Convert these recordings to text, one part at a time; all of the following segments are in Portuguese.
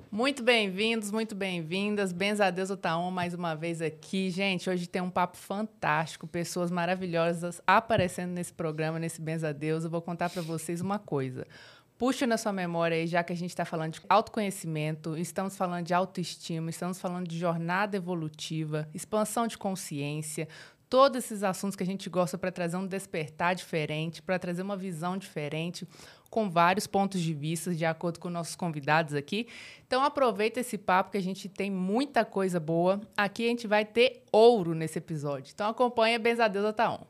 Muito bem-vindos, muito bem-vindas. Benza a Deus, Otaon, mais uma vez aqui. Gente, hoje tem um papo fantástico, pessoas maravilhosas aparecendo nesse programa, nesse Benza a Deus. Eu vou contar para vocês uma coisa. Puxa na sua memória aí, já que a gente está falando de autoconhecimento, estamos falando de autoestima, estamos falando de jornada evolutiva, expansão de consciência, todos esses assuntos que a gente gosta para trazer um despertar diferente, para trazer uma visão diferente, com vários pontos de vista, de acordo com nossos convidados aqui. Então, aproveita esse papo, que a gente tem muita coisa boa. Aqui a gente vai ter ouro nesse episódio. Então, acompanha Benza a Deus, Otaon.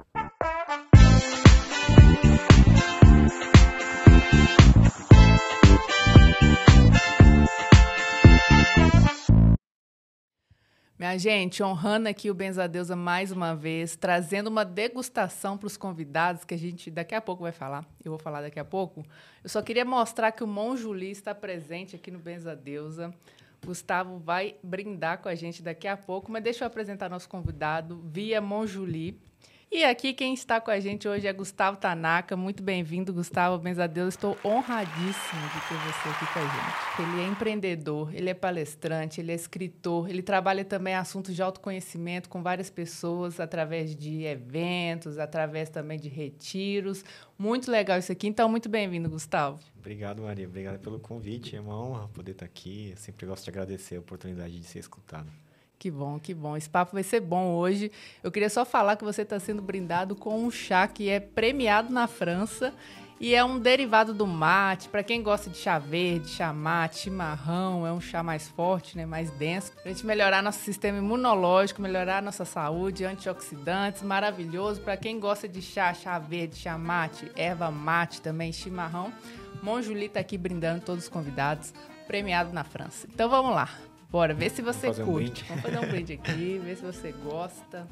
Minha gente, honrando aqui o Benza a Deusa mais uma vez, trazendo uma degustação para os convidados, que a gente daqui a pouco vai falar. Eu vou falar daqui a pouco. Eu só queria mostrar que o Monjuli está presente aqui no Benza a Deusa. Gustavo vai brindar com a gente daqui a pouco, mas deixa eu apresentar nosso convidado via Monjuli. E aqui quem está com a gente hoje é Gustavo Tanaka. Muito bem-vindo, Gustavo. Benza a Deus. Estou honradíssimo de ter você aqui com a gente. Ele é empreendedor, ele é palestrante, ele é escritor, ele trabalha também assuntos de autoconhecimento com várias pessoas através de eventos, através também de retiros. Muito legal isso aqui. Então, muito bem-vindo, Gustavo. Obrigado, Maria. Obrigado pelo convite. É uma honra poder estar aqui. Eu sempre gosto de agradecer a oportunidade de ser escutado. Que bom, que bom. Esse papo vai ser bom hoje. Eu queria só falar que você está sendo brindado com um chá que é premiado na França e é um derivado do mate. Para quem gosta de chá verde, chá mate, chimarrão, é um chá mais forte, né, mais denso. Para a gente melhorar nosso sistema imunológico, melhorar nossa saúde, antioxidantes, maravilhoso. Para quem gosta de chá verde, chá mate, erva mate também, chimarrão. Monjuli está aqui brindando todos os convidados, premiado na França. Então vamos lá. Bora, vê se você curte. Vamos fazer um brinde aqui, ver se você gosta.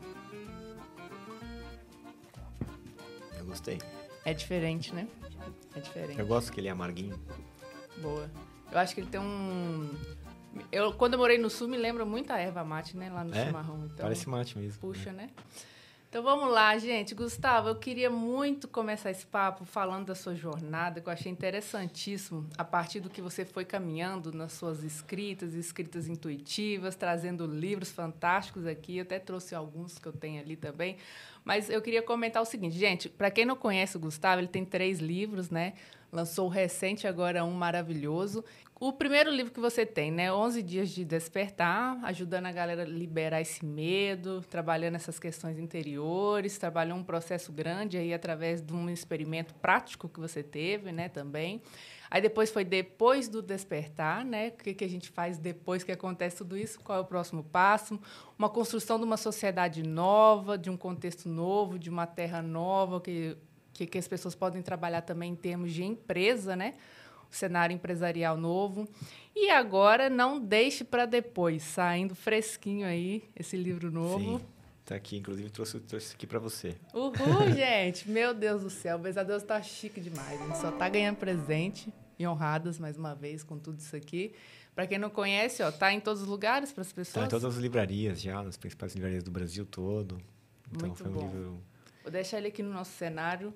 Eu gostei. É diferente, né? É diferente. Eu gosto que ele é amarguinho. Boa. Eu acho que ele tem um... Quando eu morei no Sul, me lembra muito a erva mate, né? Lá no chimarrão. Então, parece mate mesmo. Puxa, né? Então, vamos lá, gente. Gustavo, eu queria muito começar esse papo falando da sua jornada, que eu achei interessantíssimo, a partir do que você foi caminhando nas suas escritas intuitivas, trazendo livros fantásticos aqui. Eu até trouxe alguns que eu tenho ali também. Mas eu queria comentar o seguinte, gente, para quem não conhece o Gustavo, ele tem 3 livros, né? Lançou recente agora um maravilhoso. O primeiro livro que você tem, né? 11 Dias de Despertar, ajudando a galera a liberar esse medo, trabalhando essas questões interiores, trabalhou um processo grande aí através de um experimento prático que você teve, né, também. Aí depois foi Depois do Despertar, né? O que a gente faz depois que acontece tudo isso? Qual é o próximo passo? Uma construção de uma sociedade nova, de um contexto novo, de uma terra nova, que as pessoas podem trabalhar também em termos de empresa, né? O cenário empresarial novo. E agora, Não Deixe para Depois, saindo fresquinho aí, esse livro novo. Sim, tá aqui. Inclusive, trouxe aqui para você. Uhul, gente! Meu Deus do céu, o Benza a Deus tá chique demais. A gente só tá ganhando presente e honradas, mais uma vez, com tudo isso aqui. Para quem não conhece, ó, tá em todos os lugares para as pessoas? Tá em todas as livrarias já, nas principais livrarias do Brasil todo. Então, muito foi um bom. livro... Vou deixar ele aqui no nosso cenário.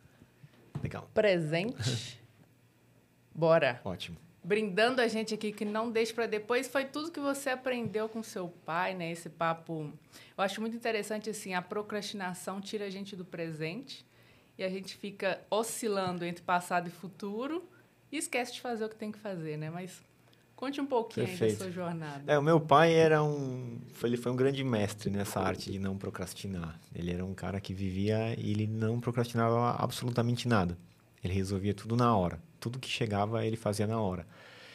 Legal. Presente. Bora. Ótimo. Brindando a gente aqui, que não deixe para depois, foi tudo que você aprendeu com seu pai, né? Esse papo. Eu acho muito interessante, assim, a procrastinação tira a gente do presente e a gente fica oscilando entre passado e futuro e esquece de fazer o que tem que fazer, né? Mas conte um pouquinho aí da sua jornada. O meu pai ele foi um grande mestre nessa arte de não procrastinar. Ele era um cara que vivia e ele não procrastinava absolutamente nada. Ele resolvia tudo na hora. Tudo que chegava, ele fazia na hora.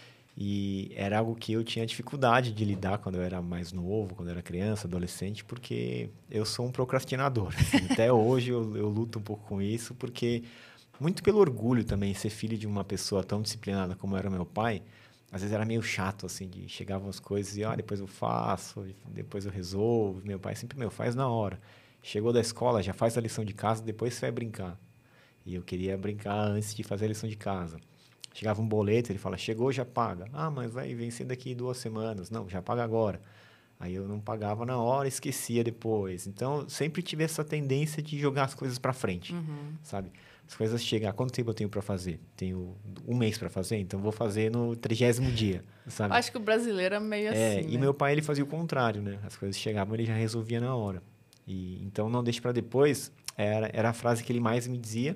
E era algo que eu tinha dificuldade de lidar quando eu era mais novo, quando eu era criança, adolescente, porque eu sou um procrastinador. Assim, até hoje eu luto um pouco com isso, porque muito pelo orgulho também, ser filho de uma pessoa tão disciplinada como era meu pai, às vezes era meio chato, assim, de chegavam as coisas e, depois eu faço, depois eu resolvo. Meu pai sempre, faz na hora. Chegou da escola, já faz a lição de casa, depois você vai brincar. E eu queria brincar antes de fazer a lição de casa. Chegava um boleto, ele fala, chegou, já paga. Mas vai vencer daqui 2 semanas. Não, já paga agora. Aí eu não pagava na hora, esquecia depois. Então, sempre tive essa tendência de jogar as coisas para frente, sabe? As coisas chegam. Quanto tempo eu tenho para fazer? Tenho um mês para fazer, então vou fazer no 30º dia, sabe? Acho que o brasileiro é meio assim, E né? meu pai, ele fazia o contrário, né? As coisas chegavam, ele já resolvia na hora. Então, não deixe para depois, era a frase que ele mais me dizia.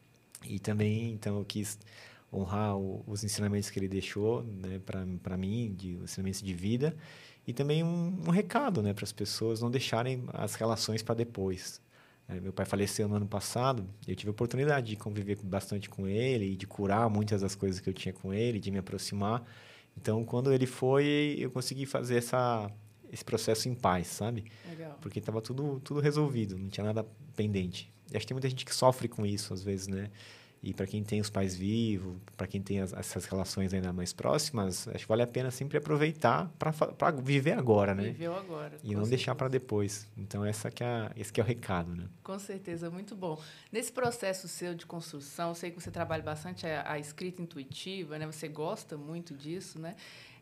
E também, então, eu quis honrar os ensinamentos que ele deixou, né, para mim, ensinamentos de vida. E também um recado, né, para as pessoas não deixarem as relações para depois. Meu pai faleceu no ano passado, eu tive a oportunidade de conviver bastante com ele e de curar muitas das coisas que eu tinha com ele, de me aproximar. Então, quando ele foi, eu consegui fazer esse processo em paz, sabe? Legal. Porque estava tudo resolvido, não tinha nada pendente. E acho que tem muita gente que sofre com isso, às vezes, né? E para quem tem os pais vivos, para quem tem essas relações ainda mais próximas, acho que vale a pena sempre aproveitar para viver agora, né? Viver o agora. E não deixar para depois. Então, esse que é o recado, né? Com certeza, muito bom. Nesse processo seu de construção, eu sei que você trabalha bastante a escrita intuitiva, né? Você gosta muito disso, né?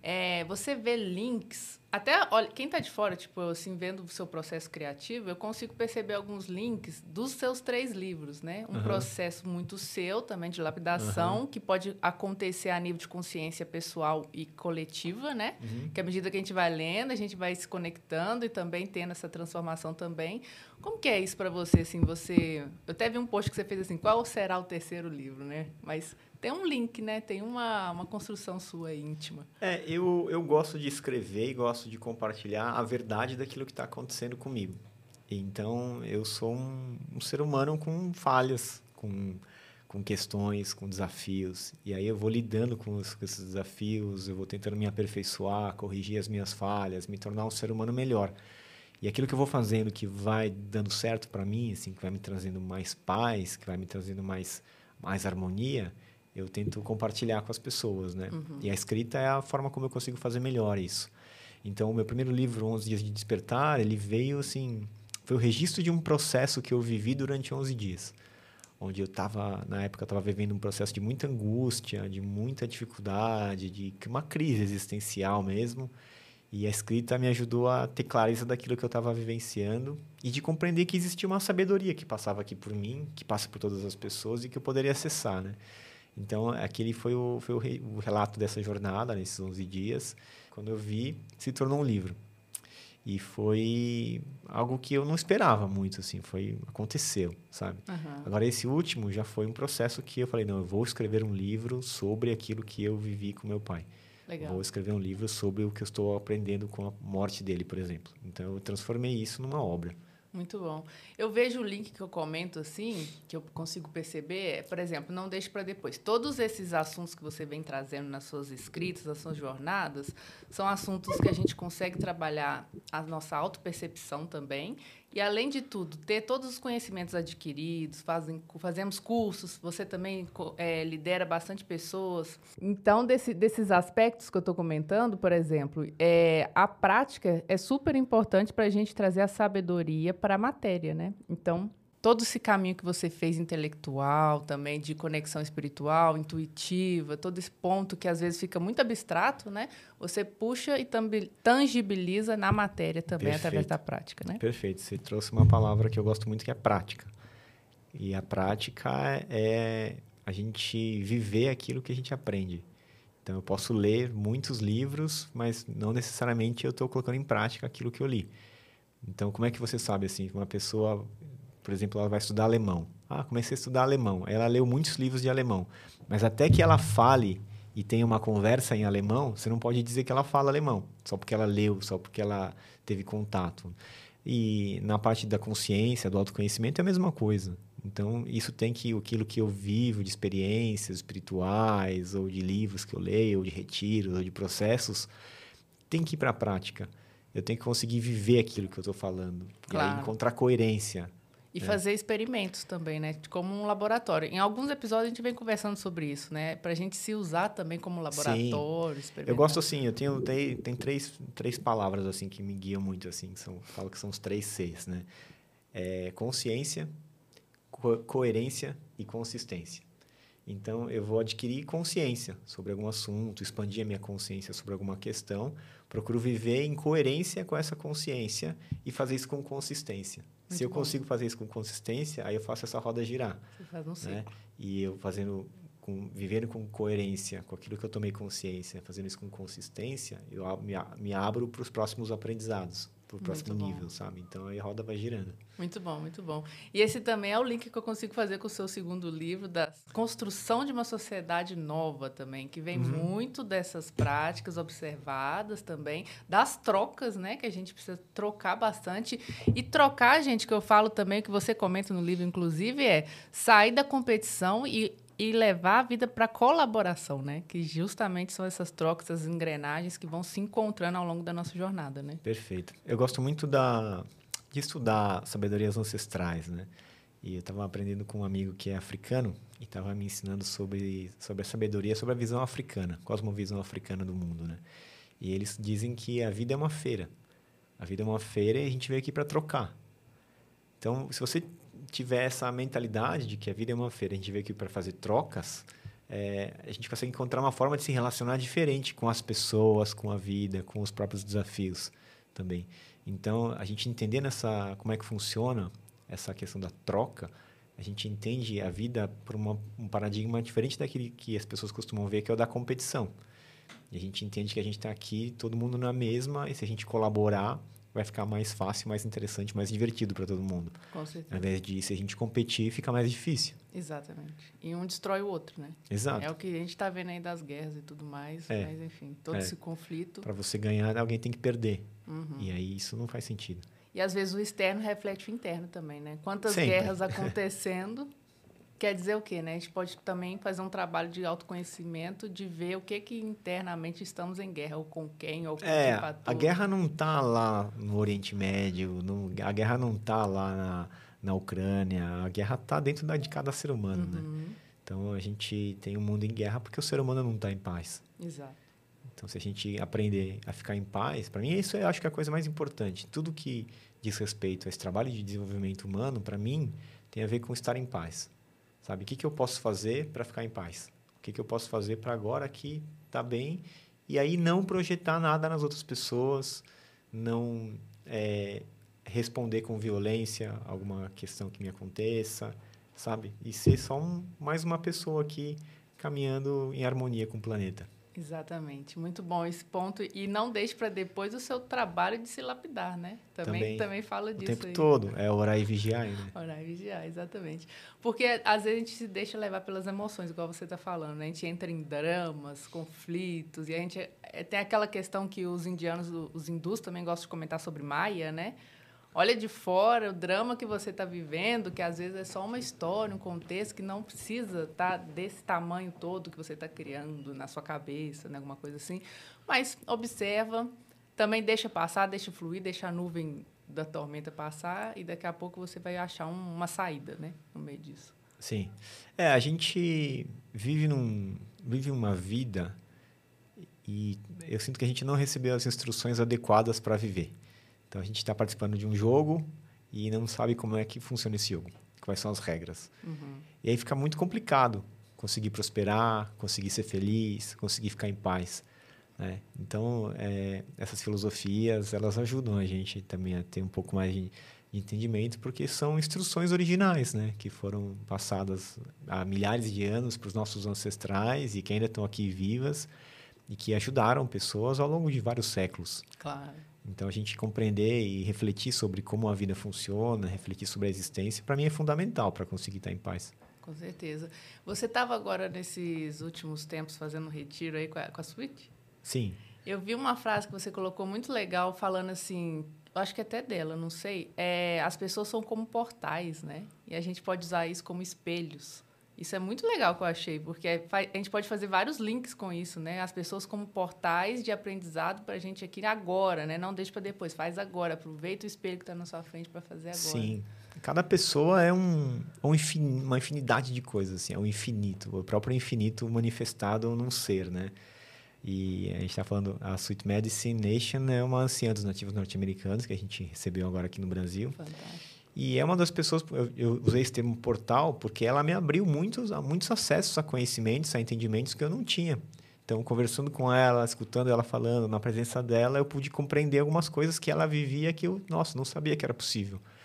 Você vê links, até olha, quem está de fora, tipo, assim, vendo o seu processo criativo, eu consigo perceber alguns links dos seus 3 livros, né? Um processo muito seu, também de lapidação, que pode acontecer a nível de consciência pessoal e coletiva, né? Que à medida que a gente vai lendo, a gente vai se conectando e também tendo essa transformação também. Como que é isso para você, assim, eu até vi um post que você fez assim, qual será o 3º livro, né? Mas tem um link, né? Tem uma construção sua íntima. Eu gosto de escrever e gosto de compartilhar a verdade daquilo que está acontecendo comigo. Então, eu sou um ser humano com falhas, com questões, com desafios. E aí eu vou lidando com esses desafios, eu vou tentando me aperfeiçoar, corrigir as minhas falhas, me tornar um ser humano melhor. E aquilo que eu vou fazendo que vai dando certo para mim, assim, que vai me trazendo mais paz, que vai me trazendo mais harmonia, eu tento compartilhar com as pessoas, né? E a escrita é a forma como eu consigo fazer melhor isso. Então, o meu primeiro livro, 11 Dias de Despertar, ele veio, assim... Foi o registro de um processo que eu vivi durante 11 dias. Onde na época, eu estava vivendo um processo de muita angústia, de muita dificuldade, de uma crise existencial mesmo. E a escrita me ajudou a ter clareza daquilo que eu estava vivenciando e de compreender que existia uma sabedoria que passava aqui por mim, que passa por todas as pessoas e que eu poderia acessar, né? Então, aquele foi o relato dessa jornada, nesses 11 dias. Quando eu vi, se tornou um livro. E foi algo que eu não esperava muito, assim. Aconteceu, sabe? Agora, esse último já foi um processo que eu falei, não, eu vou escrever um livro sobre aquilo que eu vivi com meu pai. Legal. Vou escrever um livro sobre o que eu estou aprendendo com a morte dele, por exemplo. Então, eu transformei isso numa obra. Muito bom. Eu vejo o link que eu comento, assim, que eu consigo perceber, por exemplo, não deixe para depois. Todos esses assuntos que você vem trazendo nas suas escritas, nas suas jornadas, são assuntos que a gente consegue trabalhar a nossa autopercepção também. E, além de tudo, ter todos os conhecimentos adquiridos, fazemos cursos, você também lidera bastante pessoas. Então, desses aspectos que eu estou comentando, por exemplo, a prática é super importante para a gente trazer a sabedoria para a matéria, né? Então, todo esse caminho que você fez intelectual, também de conexão espiritual, intuitiva, todo esse ponto que às vezes fica muito abstrato, né? Você puxa e tangibiliza na matéria também. Perfeito. Através da prática, né? Perfeito. Você trouxe uma palavra que eu gosto muito, que é prática. E a prática é a gente viver aquilo que a gente aprende. Então, eu posso ler muitos livros, mas não necessariamente eu estou colocando em prática aquilo que eu li. Então, como é que você sabe, assim, uma pessoa... Por exemplo, ela vai estudar alemão. Comecei a estudar alemão. Ela leu muitos livros de alemão. Mas até que ela fale e tenha uma conversa em alemão, você não pode dizer que ela fala alemão. Só porque ela leu, só porque ela teve contato. E na parte da consciência, do autoconhecimento, é a mesma coisa. Então, isso tem que... Aquilo que eu vivo de experiências espirituais, ou de livros que eu leio, ou de retiros, ou de processos, tem que ir para a prática. Eu tenho que conseguir viver aquilo que eu estou falando. Claro. E aí encontrar coerência. E fazer experimentos também, né? Como um laboratório. Em alguns episódios a gente vem conversando sobre isso, né? Para a gente se usar também como laboratório, experimentar. Eu gosto assim, tem três palavras assim que me guiam muito, assim, falo que são os 3 Cs, né? Consciência, coerência e consistência. Então, eu vou adquirir consciência sobre algum assunto, expandir a minha consciência sobre alguma questão, procuro viver em coerência com essa consciência e fazer isso com consistência. Se eu consigo fazer isso com consistência, aí eu faço essa roda girar. Você faz um ciclo. Né? E eu vivendo com coerência, com aquilo que eu tomei consciência, fazendo isso com consistência, eu me abro para os próximos aprendizados, para o próximo nível, sabe? Então, aí a roda vai girando. Muito bom, muito bom. E esse também é o link que eu consigo fazer com o seu segundo livro, da construção de uma sociedade nova também, que vem muito dessas práticas observadas também, das trocas, né? Que a gente precisa trocar bastante. E trocar, gente, que eu falo também, que você comenta no livro, inclusive, é sair da competição e levar a vida para colaboração, né? Que justamente são essas trocas, essas engrenagens que vão se encontrando ao longo da nossa jornada, né? Perfeito. Eu gosto muito de estudar sabedorias ancestrais, né? E eu estava aprendendo com um amigo que é africano e estava me ensinando sobre a sabedoria, sobre a visão africana, cosmovisão africana do mundo, né? E eles dizem que a vida é uma feira. A vida é uma feira e a gente veio aqui para trocar. Então, se você tiver essa mentalidade de que a vida é uma feira, a gente veio aqui para fazer trocas, a gente consegue encontrar uma forma de se relacionar diferente com as pessoas, com a vida, com os próprios desafios também. Então, a gente entendendo como é que funciona essa questão da troca, a gente entende a vida por um paradigma diferente daquele que as pessoas costumam ver, que é o da competição. E a gente entende que a gente está aqui, todo mundo na mesma, e se a gente colaborar, vai ficar mais fácil, mais interessante, mais divertido para todo mundo. Com certeza. Ao invés de, se a gente competir, fica mais difícil. Exatamente. E um destrói o outro, né? Exato. É o que a gente está vendo aí das guerras e tudo mais, mas, enfim, todo esse conflito. Para você ganhar, alguém tem que perder. E aí, isso não faz sentido. E, às vezes, o externo reflete o interno também, né? Quantas Sempre. guerras acontecendo, quer dizer o quê, né? A gente pode também fazer um trabalho de autoconhecimento, de ver o que internamente estamos em guerra, ou com quem, ou com que fator. A guerra não está lá no Oriente Médio, a guerra não está lá na Ucrânia, a guerra está dentro de cada ser humano, né? Então, a gente tem um mundo em guerra porque o ser humano não está em paz. Exato. Então, se a gente aprender a ficar em paz, para mim, isso eu acho que é a coisa mais importante. Tudo que diz respeito a esse trabalho de desenvolvimento humano, para mim, tem a ver com estar em paz. Sabe? O que eu posso fazer para ficar em paz? O que eu posso fazer para agora que está bem? E aí não projetar nada nas outras pessoas, não responder com violência a alguma questão que me aconteça, sabe? E ser só mais uma pessoa aqui caminhando em harmonia com o planeta. Exatamente. Muito bom esse ponto. E não deixe para depois o seu trabalho de se lapidar, né? Também fala disso. O tempo aí. todo. É orar e vigiar, né? Orar e vigiar, exatamente. Porque, às vezes, a gente se deixa levar pelas emoções, igual você está falando, né? A gente entra em dramas, conflitos, e a gente... Tem aquela questão que os indianos, os hindus também gostam de comentar sobre Maia, né? Olha de fora o drama que você está vivendo, que às vezes é só uma história, um contexto que não precisa estar desse tamanho todo que você está criando na sua cabeça, né? Alguma coisa assim. Mas observa, também deixa passar, deixa fluir, deixa a nuvem da tormenta passar e daqui a pouco você vai achar uma saída, né? No meio disso. Sim. A gente vive uma vida e eu sinto que a gente não recebeu as instruções adequadas para viver. Então, a gente está participando de um jogo e não sabe como é que funciona esse jogo, quais são as regras. E aí fica muito complicado conseguir prosperar, conseguir ser feliz, conseguir ficar em paz, né? Então, essas filosofias, elas ajudam a gente também a ter um pouco mais de entendimento, porque são instruções originais, né? Que foram passadas há milhares de anos para os nossos ancestrais e que ainda estão aqui vivas e que ajudaram pessoas ao longo de vários séculos. Claro. Então, a gente compreender e refletir sobre como a vida funciona, refletir sobre a existência, para mim é fundamental para conseguir estar em paz. Com certeza. Você estava agora, nesses últimos tempos, fazendo um retiro aí com a Suíte? Sim. Eu vi uma frase que você colocou muito legal, falando assim, eu acho que até dela, não sei, as pessoas são como portais, né? E a gente pode usar isso como espelhos. Isso é muito legal que eu achei, porque a gente pode fazer vários links com isso, né? As pessoas como portais de aprendizado para a gente aqui agora, né? Não deixe para depois, faz agora. Aproveita o espelho que está na sua frente para fazer agora. Sim. Cada pessoa é uma infinidade de coisas, assim, é um infinito. O próprio infinito manifestado num ser, né? E a gente está falando, a Sweet Medicine Nation é uma anciã dos nativos norte-americanos que a gente recebeu agora aqui no Brasil. Fantástico. E é uma das pessoas, eu usei esse termo portal porque ela me abriu muitos acessos a conhecimentos, a entendimentos que eu não tinha. Então, conversando com ela, escutando ela falando, na presença dela, eu pude compreender algumas coisas que ela vivia que eu, não sabia que era possível.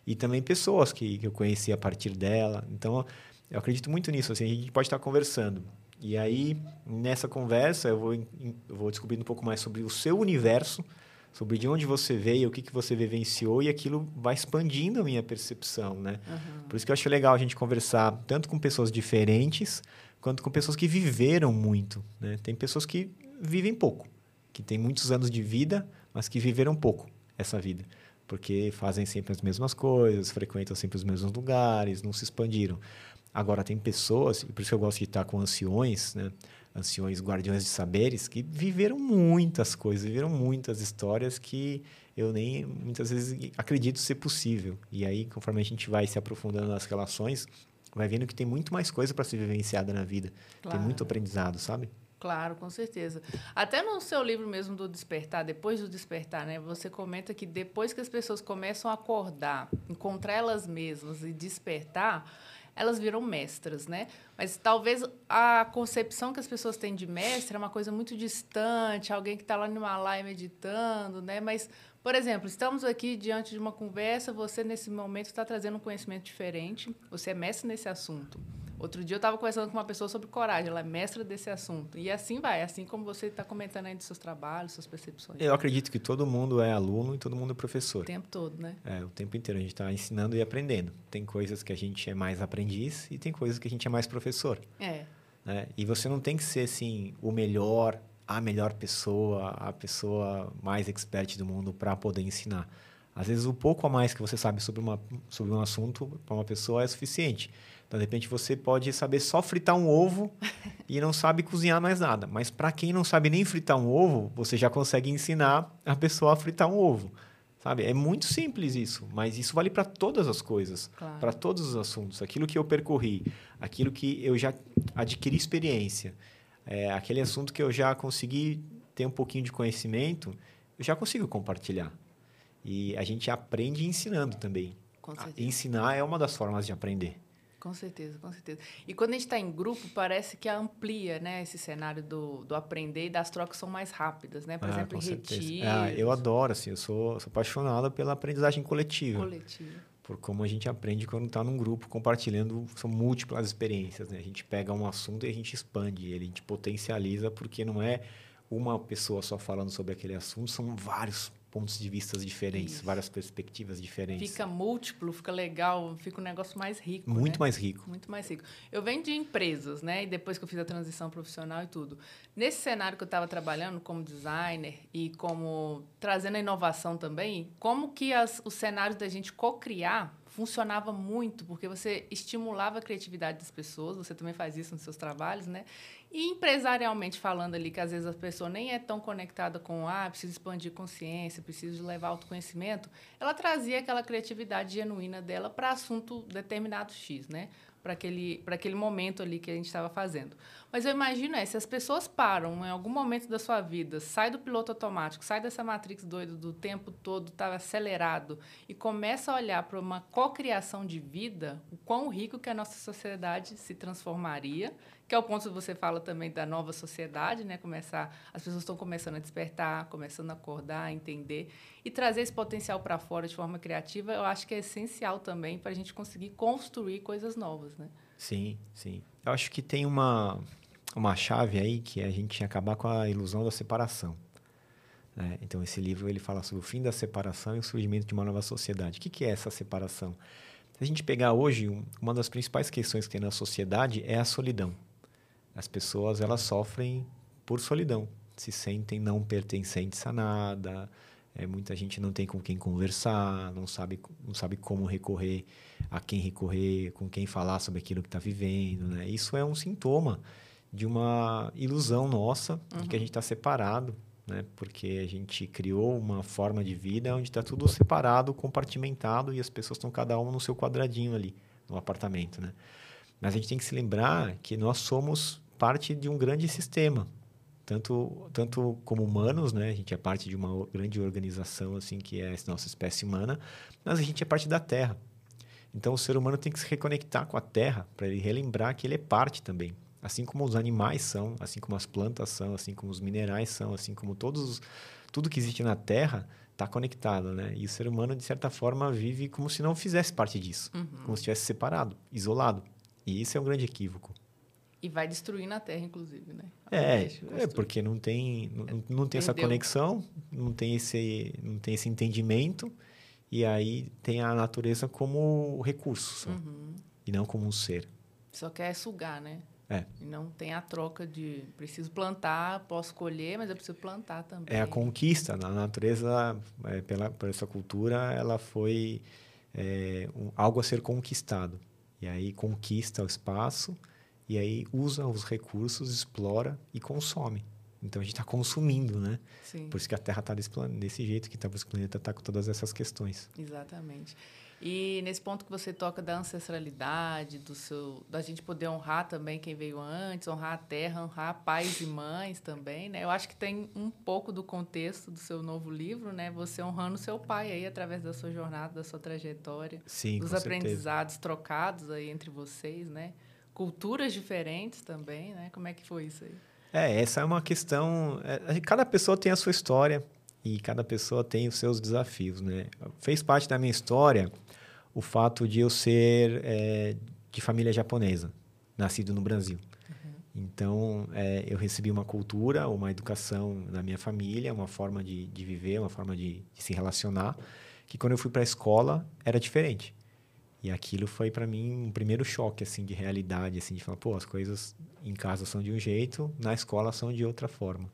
E também pessoas que eu conheci a partir dela. Então, eu acredito muito nisso. Assim, a gente pode estar conversando. E aí, nessa conversa, eu vou descobrindo um pouco mais sobre o seu universo, sobre de onde você veio, o que você vivenciou, e aquilo vai expandindo a minha percepção, né? Por isso que eu acho legal a gente conversar tanto com pessoas diferentes, quanto com pessoas que viveram muito, né? Tem pessoas que vivem pouco, que têm muitos anos de vida, mas que viveram pouco essa vida, porque fazem sempre as mesmas coisas, frequentam sempre os mesmos lugares, não se expandiram. Agora, tem pessoas, e por isso que eu gosto de estar com anciões, né? Anciões, guardiões de saberes, que viveram muitas coisas, viveram muitas histórias que eu nem, muitas vezes, acredito ser possível. E aí, conforme a gente vai se aprofundando nas relações, vai vendo que tem muito mais coisa para ser vivenciada na vida. Claro. Tem muito aprendizado, sabe? Claro, com certeza. Até no seu livro mesmo do Despertar, depois do Despertar, né, você comenta que depois que as pessoas começam a acordar, encontrar elas mesmas e despertar, elas viram mestras, né? Mas talvez a concepção que as pessoas têm de mestre é uma coisa muito distante, alguém que está lá no Himalaia meditando, né? Mas, por exemplo, estamos aqui diante de uma conversa, você, nesse momento, está trazendo um conhecimento diferente, você é mestre nesse assunto. Outro dia eu estava conversando com uma pessoa sobre coragem, ela é mestra desse assunto. E assim vai, assim como você está comentando aí dos seus trabalhos, suas percepções. Eu acredito que todo mundo é aluno e todo mundo é professor. O tempo todo, né? O tempo inteiro a gente está ensinando e aprendendo. Tem coisas que a gente é mais aprendiz e tem coisas que a gente é mais professor. Né? E você não tem que ser assim, o melhor, a melhor pessoa, a pessoa mais expert do mundo para poder ensinar. Às vezes, o pouco a mais que você sabe sobre um assunto para uma pessoa é suficiente. Então, de repente, você pode saber só fritar um ovo e não sabe cozinhar mais nada. Mas, para quem não sabe nem fritar um ovo, você já consegue ensinar a pessoa a fritar um ovo. Sabe? É muito simples isso, mas isso vale para todas as coisas, claro. Para todos os assuntos. Aquilo que eu percorri, aquilo que eu já adquiri experiência, aquele assunto que eu já consegui ter um pouquinho de conhecimento, eu já consigo compartilhar. E a gente aprende ensinando também. Com certeza. Ensinar é uma das formas de aprender. Com certeza, com certeza. E quando a gente está em grupo, parece que amplia, né, esse cenário do aprender e das trocas são mais rápidas, né? Por exemplo, em retiros. Eu adoro, assim, eu sou apaixonado pela aprendizagem coletiva. Por como a gente aprende quando está num grupo compartilhando, são múltiplas experiências, né? A gente pega um assunto e a gente expande ele, a gente potencializa, porque não é uma pessoa só falando sobre aquele assunto, são vários pontos de vista diferentes, isso. Várias perspectivas diferentes. Fica múltiplo, fica legal, fica um negócio mais rico, Muito, né? mais rico. Muito mais rico. Eu venho de empresas, né? E depois que eu fiz a transição profissional e tudo. Nesse cenário que eu estava trabalhando como designer e como trazendo a inovação também, como que os cenários da gente co-criar funcionava muito, porque você estimulava a criatividade das pessoas, você também faz isso nos seus trabalhos, né? E empresarialmente falando ali, que às vezes a pessoa nem é tão conectada com, preciso expandir consciência, preciso levar autoconhecimento, ela trazia aquela criatividade genuína dela para assunto determinado X, né? Para aquele momento ali que a gente estava fazendo. Mas eu imagino se as pessoas param em algum momento da sua vida, sai do piloto automático, sai dessa matrix doida do tempo todo, está acelerado, e começa a olhar para uma cocriação de vida, o quão rico que a nossa sociedade se transformaria, que é o ponto que você fala também da nova sociedade, né? As pessoas estão começando a despertar, começando a acordar, a entender, e trazer esse potencial para fora de forma criativa, eu acho que é essencial também para a gente conseguir construir coisas novas, né? Sim, sim. Eu acho que tem uma chave aí que é a gente acabar com a ilusão da separação. Né? Então, esse livro ele fala sobre o fim da separação e o surgimento de uma nova sociedade. O que é essa separação? Se a gente pegar hoje, uma das principais questões que tem na sociedade é a solidão. As pessoas elas sofrem por solidão, se sentem não pertencentes a nada, muita gente não tem com quem conversar, não sabe como recorrer, a quem recorrer, com quem falar sobre aquilo que está vivendo. Né? Isso é um sintoma de uma ilusão nossa de que a gente está separado, né? Porque a gente criou uma forma de vida onde está tudo separado, compartimentado e as pessoas estão cada uma no seu quadradinho ali, no apartamento. Né? Mas a gente tem que se lembrar que nós somos parte de um grande sistema, tanto como humanos, né? A gente é parte de uma grande organização assim que é a nossa espécie humana, mas a gente é parte da Terra. Então, o ser humano tem que se reconectar com a Terra para ele relembrar que ele é parte também. Assim como os animais são, assim como as plantas são, assim como os minerais são, assim como tudo que existe na Terra está conectado, né? E o ser humano, de certa forma, vive como se não fizesse parte disso, como se estivesse separado, isolado. E isso é um grande equívoco. E vai destruindo a Terra, inclusive, né? Porque não tem essa conexão, não tem esse entendimento, e aí tem a natureza como recurso só, e não como um ser. Só quer sugar, né? É. E não tem a troca de preciso plantar, posso colher, mas eu preciso plantar também. É a conquista. Na natureza, por essa cultura, ela foi algo a ser conquistado. E aí conquista o espaço, e aí usa os recursos, explora e consome. Então a gente está consumindo, né? Sim. Por isso que a Terra está desse jeito, por isso que o planeta está com todas essas questões. Exatamente. E nesse ponto que você toca da ancestralidade, da gente poder honrar também quem veio antes, honrar a terra, honrar pais e mães também, né? Eu acho que tem um pouco do contexto do seu novo livro, né? Você honrando seu pai aí através da sua jornada, da sua trajetória, Sim, dos aprendizados trocados aí entre vocês, né? Culturas diferentes também, né? Como é que foi isso aí? Essa é uma questão... cada pessoa tem a sua história e cada pessoa tem os seus desafios, né? Fez parte da minha história o fato de eu ser de família japonesa, nascido no Brasil. Então, eu recebi uma cultura, uma educação na minha família, uma forma de viver, uma forma de se relacionar, que quando eu fui para a escola era diferente. E aquilo foi para mim um primeiro choque assim de realidade, assim de falar, pô, as coisas em casa são de um jeito, na escola são de outra forma.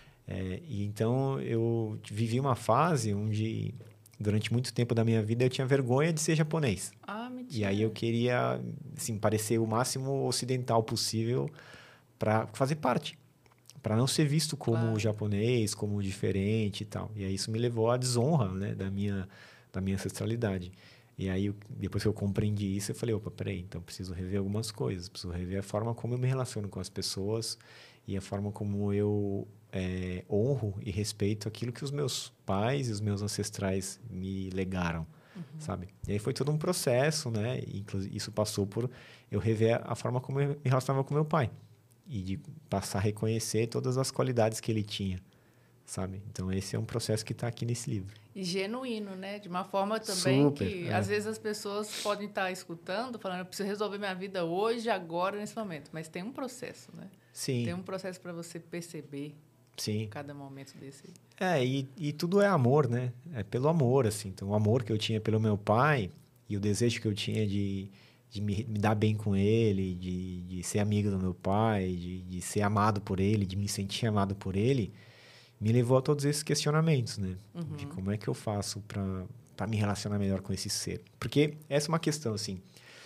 E então eu vivi uma fase onde durante muito tempo da minha vida eu tinha vergonha de ser japonês. Mentira. E aí eu queria assim parecer o máximo ocidental possível para fazer parte, para não ser visto como japonês, como diferente e tal. E aí isso me levou à desonra, né, da minha ancestralidade. E aí, depois que eu compreendi isso, eu falei, opa, peraí, então preciso rever algumas coisas. Preciso rever a forma como eu me relaciono com as pessoas e a forma como eu honro e respeito aquilo que os meus pais e os meus ancestrais me legaram, sabe? E aí foi todo um processo, né? Inclusive, isso passou por eu rever a forma como eu me relacionava com meu pai e de passar a reconhecer todas as qualidades que ele tinha, sabe? Então, esse é um processo que está aqui nesse livro. E genuíno, né? De uma forma também Super, que, às vezes, as pessoas podem estar escutando, falando, eu preciso resolver minha vida hoje, agora, nesse momento. Mas tem um processo, né? Sim. Tem um processo para você perceber cada momento desse. E tudo é amor, né? É pelo amor, assim. Então, o amor que eu tinha pelo meu pai e o desejo que eu tinha de me dar bem com ele, de ser amigo do meu pai, de ser amado por ele, de me sentir amado por ele, me levou a todos esses questionamentos, né? De como é que eu faço para me relacionar melhor com esse ser. Porque essa é uma questão, assim.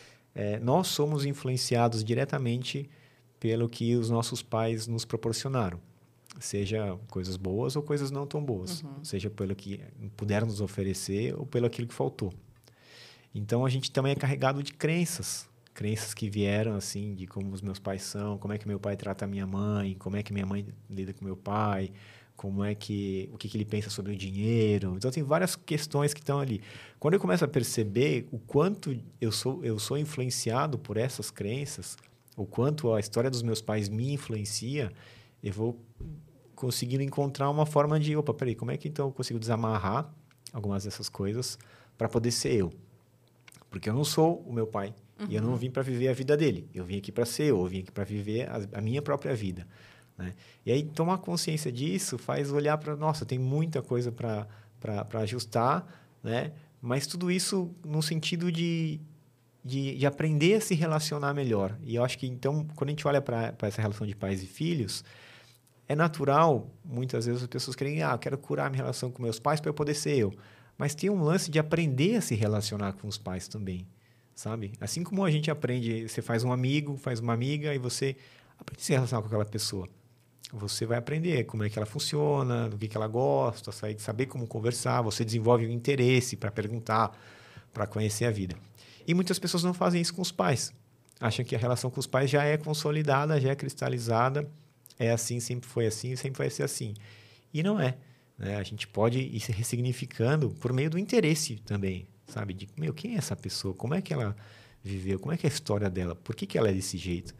Nós somos influenciados diretamente pelo que os nossos pais nos proporcionaram. Seja coisas boas ou coisas não tão boas. Seja pelo que puderam nos oferecer ou pelo aquilo que faltou. Então, a gente também é carregado de crenças. Crenças que vieram, assim, de como os meus pais são, como é que meu pai trata a minha mãe, como é que minha mãe lida com meu pai, o que ele pensa sobre o dinheiro. Então, tem várias questões que estão ali. Quando eu começo a perceber o quanto eu sou influenciado por essas crenças, o quanto a história dos meus pais me influencia, eu vou conseguindo encontrar uma forma de, opa, peraí, como é que então eu consigo desamarrar algumas dessas coisas para poder ser eu? Porque eu não sou o meu pai e eu não vim para viver a vida dele. Eu vim aqui para ser eu vim aqui para viver a minha própria vida. Né? E aí, tomar consciência disso faz olhar para... Nossa, tem muita coisa para ajustar, né? Mas tudo isso no sentido de aprender a se relacionar melhor. E eu acho que, então, quando a gente olha para essa relação de pais e filhos, é natural, muitas vezes, as pessoas querem... eu quero curar a minha relação com meus pais para eu poder ser eu. Mas tem um lance de aprender a se relacionar com os pais também, sabe? Assim como a gente aprende... Você faz um amigo, faz uma amiga e você aprende a se relacionar com aquela pessoa. Você vai aprender como é que ela funciona, do que ela gosta, saber como conversar. Você desenvolve um interesse para perguntar, para conhecer a vida. E muitas pessoas não fazem isso com os pais. Acham que a relação com os pais já é consolidada, já é cristalizada. É assim, sempre foi assim, sempre vai ser assim. E não é. Né? A gente pode ir se ressignificando por meio do interesse também. Sabe? De, quem é essa pessoa? Como é que ela viveu? Como é que é a história dela? Por que ela é desse jeito?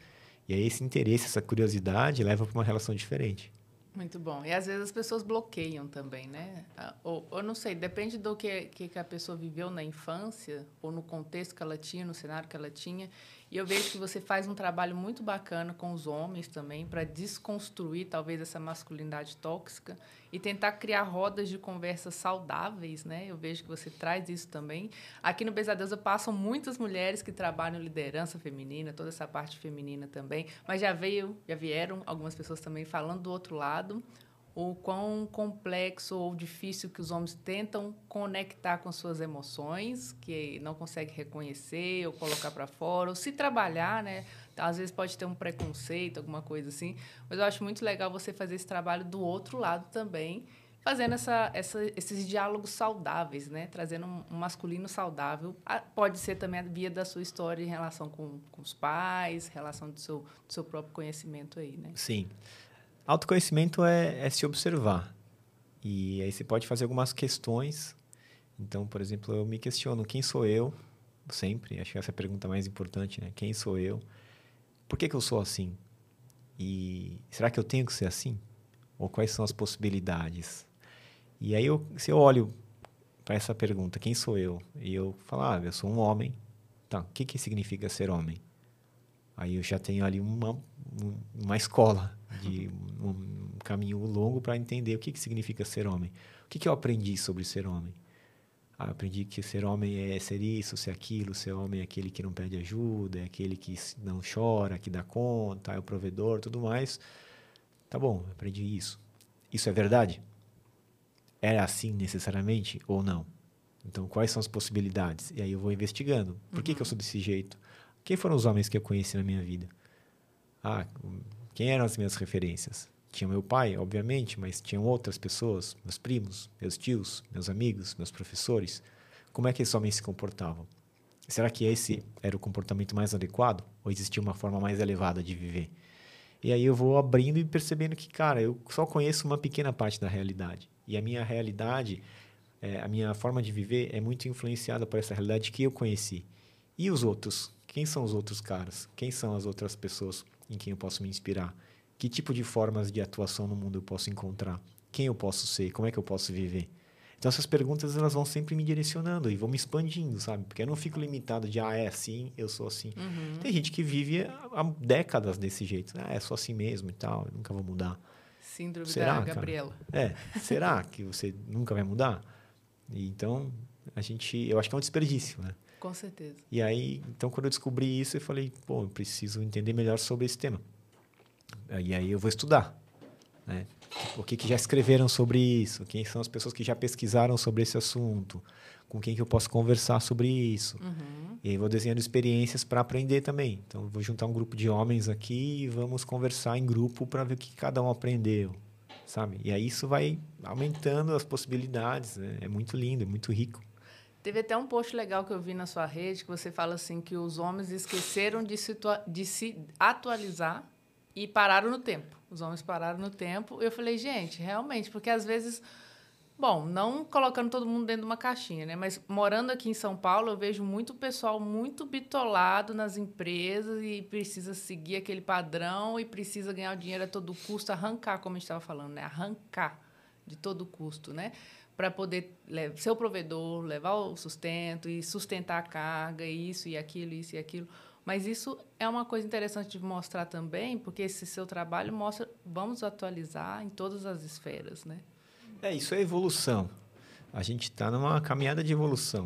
E aí esse interesse, essa curiosidade leva para uma relação diferente. Muito bom. E às vezes as pessoas bloqueiam também, né? Ou não sei, depende do que a pessoa viveu na infância, ou no contexto que ela tinha, no cenário que ela tinha. E eu vejo que você faz um trabalho muito bacana com os homens também, para desconstruir talvez essa masculinidade tóxica e tentar criar rodas de conversas saudáveis, né? Eu vejo que você traz isso também. Aqui no Besadeusa passam muitas mulheres que trabalham em liderança feminina, toda essa parte feminina também, mas já vieram algumas pessoas também falando do outro lado, o quão complexo ou difícil que os homens tentam conectar com suas emoções, que não conseguem reconhecer ou colocar para fora, ou se trabalhar, né? Às vezes pode ter um preconceito, alguma coisa assim, mas eu acho muito legal você fazer esse trabalho do outro lado também, fazendo esses diálogos saudáveis, né? Trazendo um masculino saudável. Pode ser também a via da sua história em relação com os pais, relação do seu próprio conhecimento aí, né? Sim. Autoconhecimento é se observar. E aí você pode fazer algumas questões. Então, por exemplo, eu me questiono, quem sou eu? Sempre, acho que essa é a pergunta mais importante, né? Quem sou eu? Por que eu sou assim? E será que eu tenho que ser assim? Ou quais são as possibilidades? E aí, se eu olho para essa pergunta, quem sou eu? E eu falo, eu sou um homem. Tá, o que significa ser homem? Aí eu já tenho ali uma escola, de um caminho longo para entender o que significa ser homem. O que eu aprendi sobre ser homem? Eu aprendi que ser homem é ser isso, ser aquilo. Ser homem é aquele que não pede ajuda, é aquele que não chora, que dá conta, é o provedor, tudo mais. Tá bom, aprendi isso. Isso é verdade? É assim necessariamente ou não? Então, quais são as possibilidades? E aí eu vou investigando. Por que eu sou desse jeito? Quem foram os homens que eu conheci na minha vida? Quem eram as minhas referências? Tinha meu pai, obviamente, mas tinham outras pessoas, meus primos, meus tios, meus amigos, meus professores. Como é que esses homens se comportavam? Será que esse era o comportamento mais adequado? Ou existia uma forma mais elevada de viver? E aí eu vou abrindo e percebendo que, cara, eu só conheço uma pequena parte da realidade. E a minha realidade, a minha forma de viver é muito influenciada por essa realidade que eu conheci. E os outros? Quem são os outros caras? Quem são as outras pessoas em quem eu posso me inspirar? Que tipo de formas de atuação no mundo eu posso encontrar? Quem eu posso ser? Como é que eu posso viver? Então, essas perguntas elas vão sempre me direcionando e vão me expandindo, sabe? Porque eu não fico limitado de, é assim, eu sou assim. Uhum. Tem gente que vive há décadas desse jeito. É só assim mesmo e tal, eu nunca vou mudar. Síndrome Será, da Gabriela. Será que você nunca vai mudar? E então, eu acho que é um desperdício, né? Com certeza. E aí, então, quando eu descobri isso, eu falei, eu preciso entender melhor sobre esse tema. E aí eu vou estudar, né? O que já escreveram sobre isso? Quem são as pessoas que já pesquisaram sobre esse assunto? Com quem que eu posso conversar sobre isso? Uhum. E aí vou desenhando experiências para aprender também. Então, vou juntar um grupo de homens aqui e vamos conversar em grupo para ver o que cada um aprendeu, sabe? E aí isso vai aumentando as possibilidades, né? É muito lindo, é muito rico. Teve até um post legal que eu vi na sua rede que você fala assim que os homens esqueceram de se atualizar e pararam no tempo. Os homens pararam no tempo. Eu falei, gente, realmente, porque às vezes... Bom, não colocando todo mundo dentro de uma caixinha, né? Mas morando aqui em São Paulo, eu vejo muito pessoal muito bitolado nas empresas e precisa seguir aquele padrão e precisa ganhar o dinheiro a todo custo, arrancar, como a gente estava falando, né? Arrancar de todo custo, né? Para poder ser o provedor, levar o sustento e sustentar a carga, isso e aquilo, isso e aquilo. Mas isso é uma coisa interessante de mostrar também, porque esse seu trabalho mostra, vamos atualizar em todas as esferas, né? Isso é evolução. A gente está numa caminhada de evolução.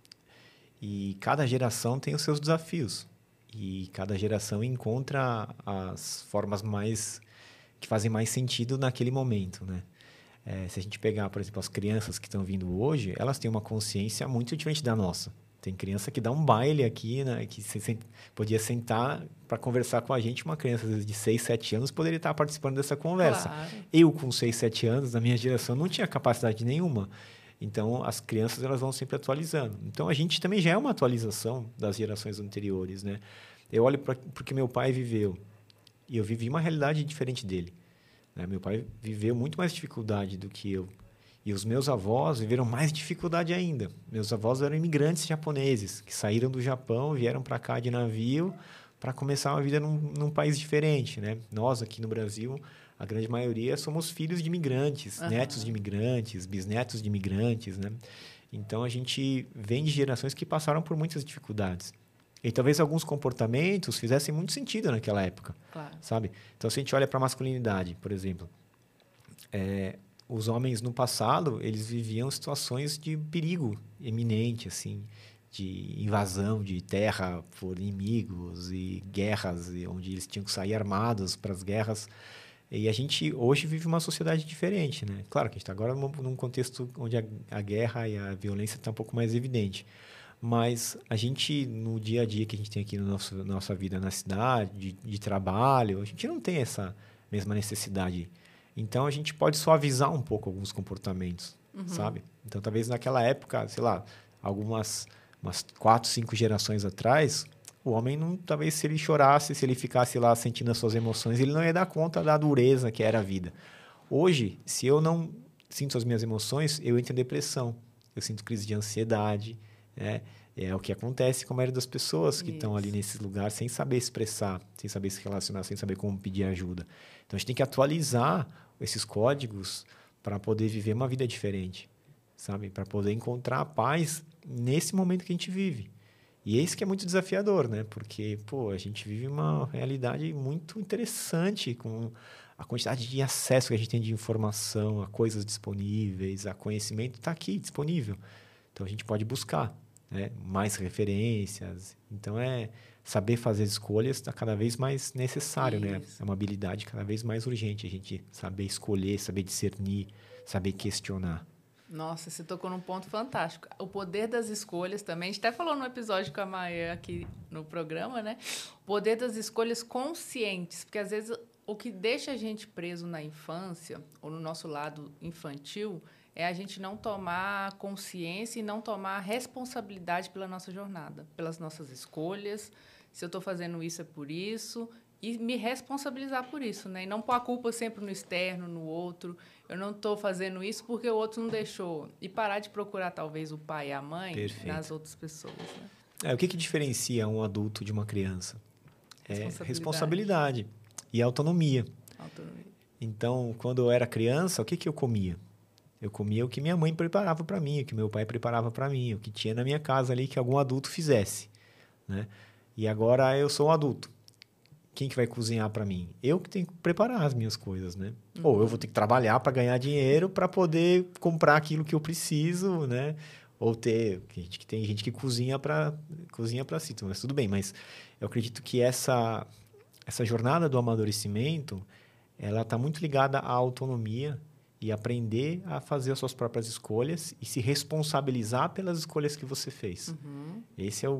E cada geração tem os seus desafios. E cada geração encontra as formas que fazem mais sentido naquele momento, né? Se a gente pegar, por exemplo, as crianças que estão vindo hoje, elas têm uma consciência muito diferente da nossa. Tem criança que dá um baile aqui, né? Que podia sentar para conversar com a gente. Uma criança às vezes, de 6, 7 anos poderia estar participando dessa conversa. Claro. Eu, com 6, 7 anos, na minha geração, não tinha capacidade nenhuma. Então, as crianças elas vão sempre atualizando. Então, a gente também já é uma atualização das gerações anteriores, né? Eu olho para o que meu pai viveu e eu vivi uma realidade diferente dele. Né? Meu pai viveu muito mais dificuldade do que eu. E os meus avós viveram mais dificuldade ainda. Meus avós eram imigrantes japoneses, que saíram do Japão, vieram para cá de navio, para começar uma vida num país diferente, né? Nós, aqui no Brasil, a grande maioria somos filhos de imigrantes, netos de imigrantes, bisnetos de imigrantes, né? Então, a gente vem de gerações que passaram por muitas dificuldades. E talvez alguns comportamentos fizessem muito sentido naquela época, sabe? Então, se a gente olha para a masculinidade, por exemplo, os homens no passado, eles viviam situações de perigo iminente, assim, de invasão de terra por inimigos e guerras, onde eles tinham que sair armados para as guerras. E a gente hoje vive uma sociedade diferente, né? Claro que a gente está agora num contexto onde a guerra e a violência estão um pouco mais evidente. Mas a gente, no dia a dia que a gente tem aqui na nossa vida na cidade, de trabalho, a gente não tem essa mesma necessidade. Então, a gente pode suavizar um pouco alguns comportamentos, sabe? Então, talvez naquela época, sei lá, umas 4, 5 gerações atrás, o homem, talvez se ele chorasse, se ele ficasse lá sentindo as suas emoções, ele não ia dar conta da dureza que era a vida. Hoje, se eu não sinto as minhas emoções, eu entro em depressão. Eu sinto crise de ansiedade, né? É o que acontece com a maioria das pessoas que estão ali nesse lugar sem saber expressar, sem saber se relacionar, sem saber como pedir ajuda. Então, a gente tem que atualizar esses códigos para poder viver uma vida diferente, sabe? Para poder encontrar a paz nesse momento que a gente vive. E esse que é muito desafiador, né? Porque, a gente vive uma realidade muito interessante com a quantidade de acesso que a gente tem de informação, a coisas disponíveis, a conhecimento está aqui disponível. Então, a gente pode buscar, né? Mais referências. Então, saber fazer escolhas está cada vez mais necessário, né? É uma habilidade cada vez mais urgente a gente saber escolher, saber discernir, saber questionar. Nossa, você tocou num ponto fantástico. O poder das escolhas também. A gente até falou no episódio com a Maia aqui no programa, né? O poder das escolhas conscientes. Porque, às vezes, o que deixa a gente preso na infância, ou no nosso lado infantil, é a gente não tomar consciência e não tomar responsabilidade pela nossa jornada, pelas nossas escolhas. Se eu estou fazendo isso, é por isso. E me responsabilizar por isso, né? E não pôr a culpa sempre no externo, no outro. Eu não estou fazendo isso porque o outro não deixou. E parar de procurar, talvez, o pai e a mãe nas outras pessoas, né? O que diferencia um adulto de uma criança? Responsabilidade e autonomia. Então, quando eu era criança, o que eu comia? Eu comia o que minha mãe preparava para mim, o que meu pai preparava para mim, o que tinha na minha casa ali que algum adulto fizesse, né? E agora eu sou um adulto. Quem que vai cozinhar para mim? Eu que tenho que preparar as minhas coisas, né? Ou eu vou ter que trabalhar para ganhar dinheiro para poder comprar aquilo que eu preciso, né? Ou tem gente que cozinha para si, mas tudo bem. Mas eu acredito que essa jornada do amadurecimento, ela está muito ligada à autonomia e aprender a fazer as suas próprias escolhas e se responsabilizar pelas escolhas que você fez. Esse é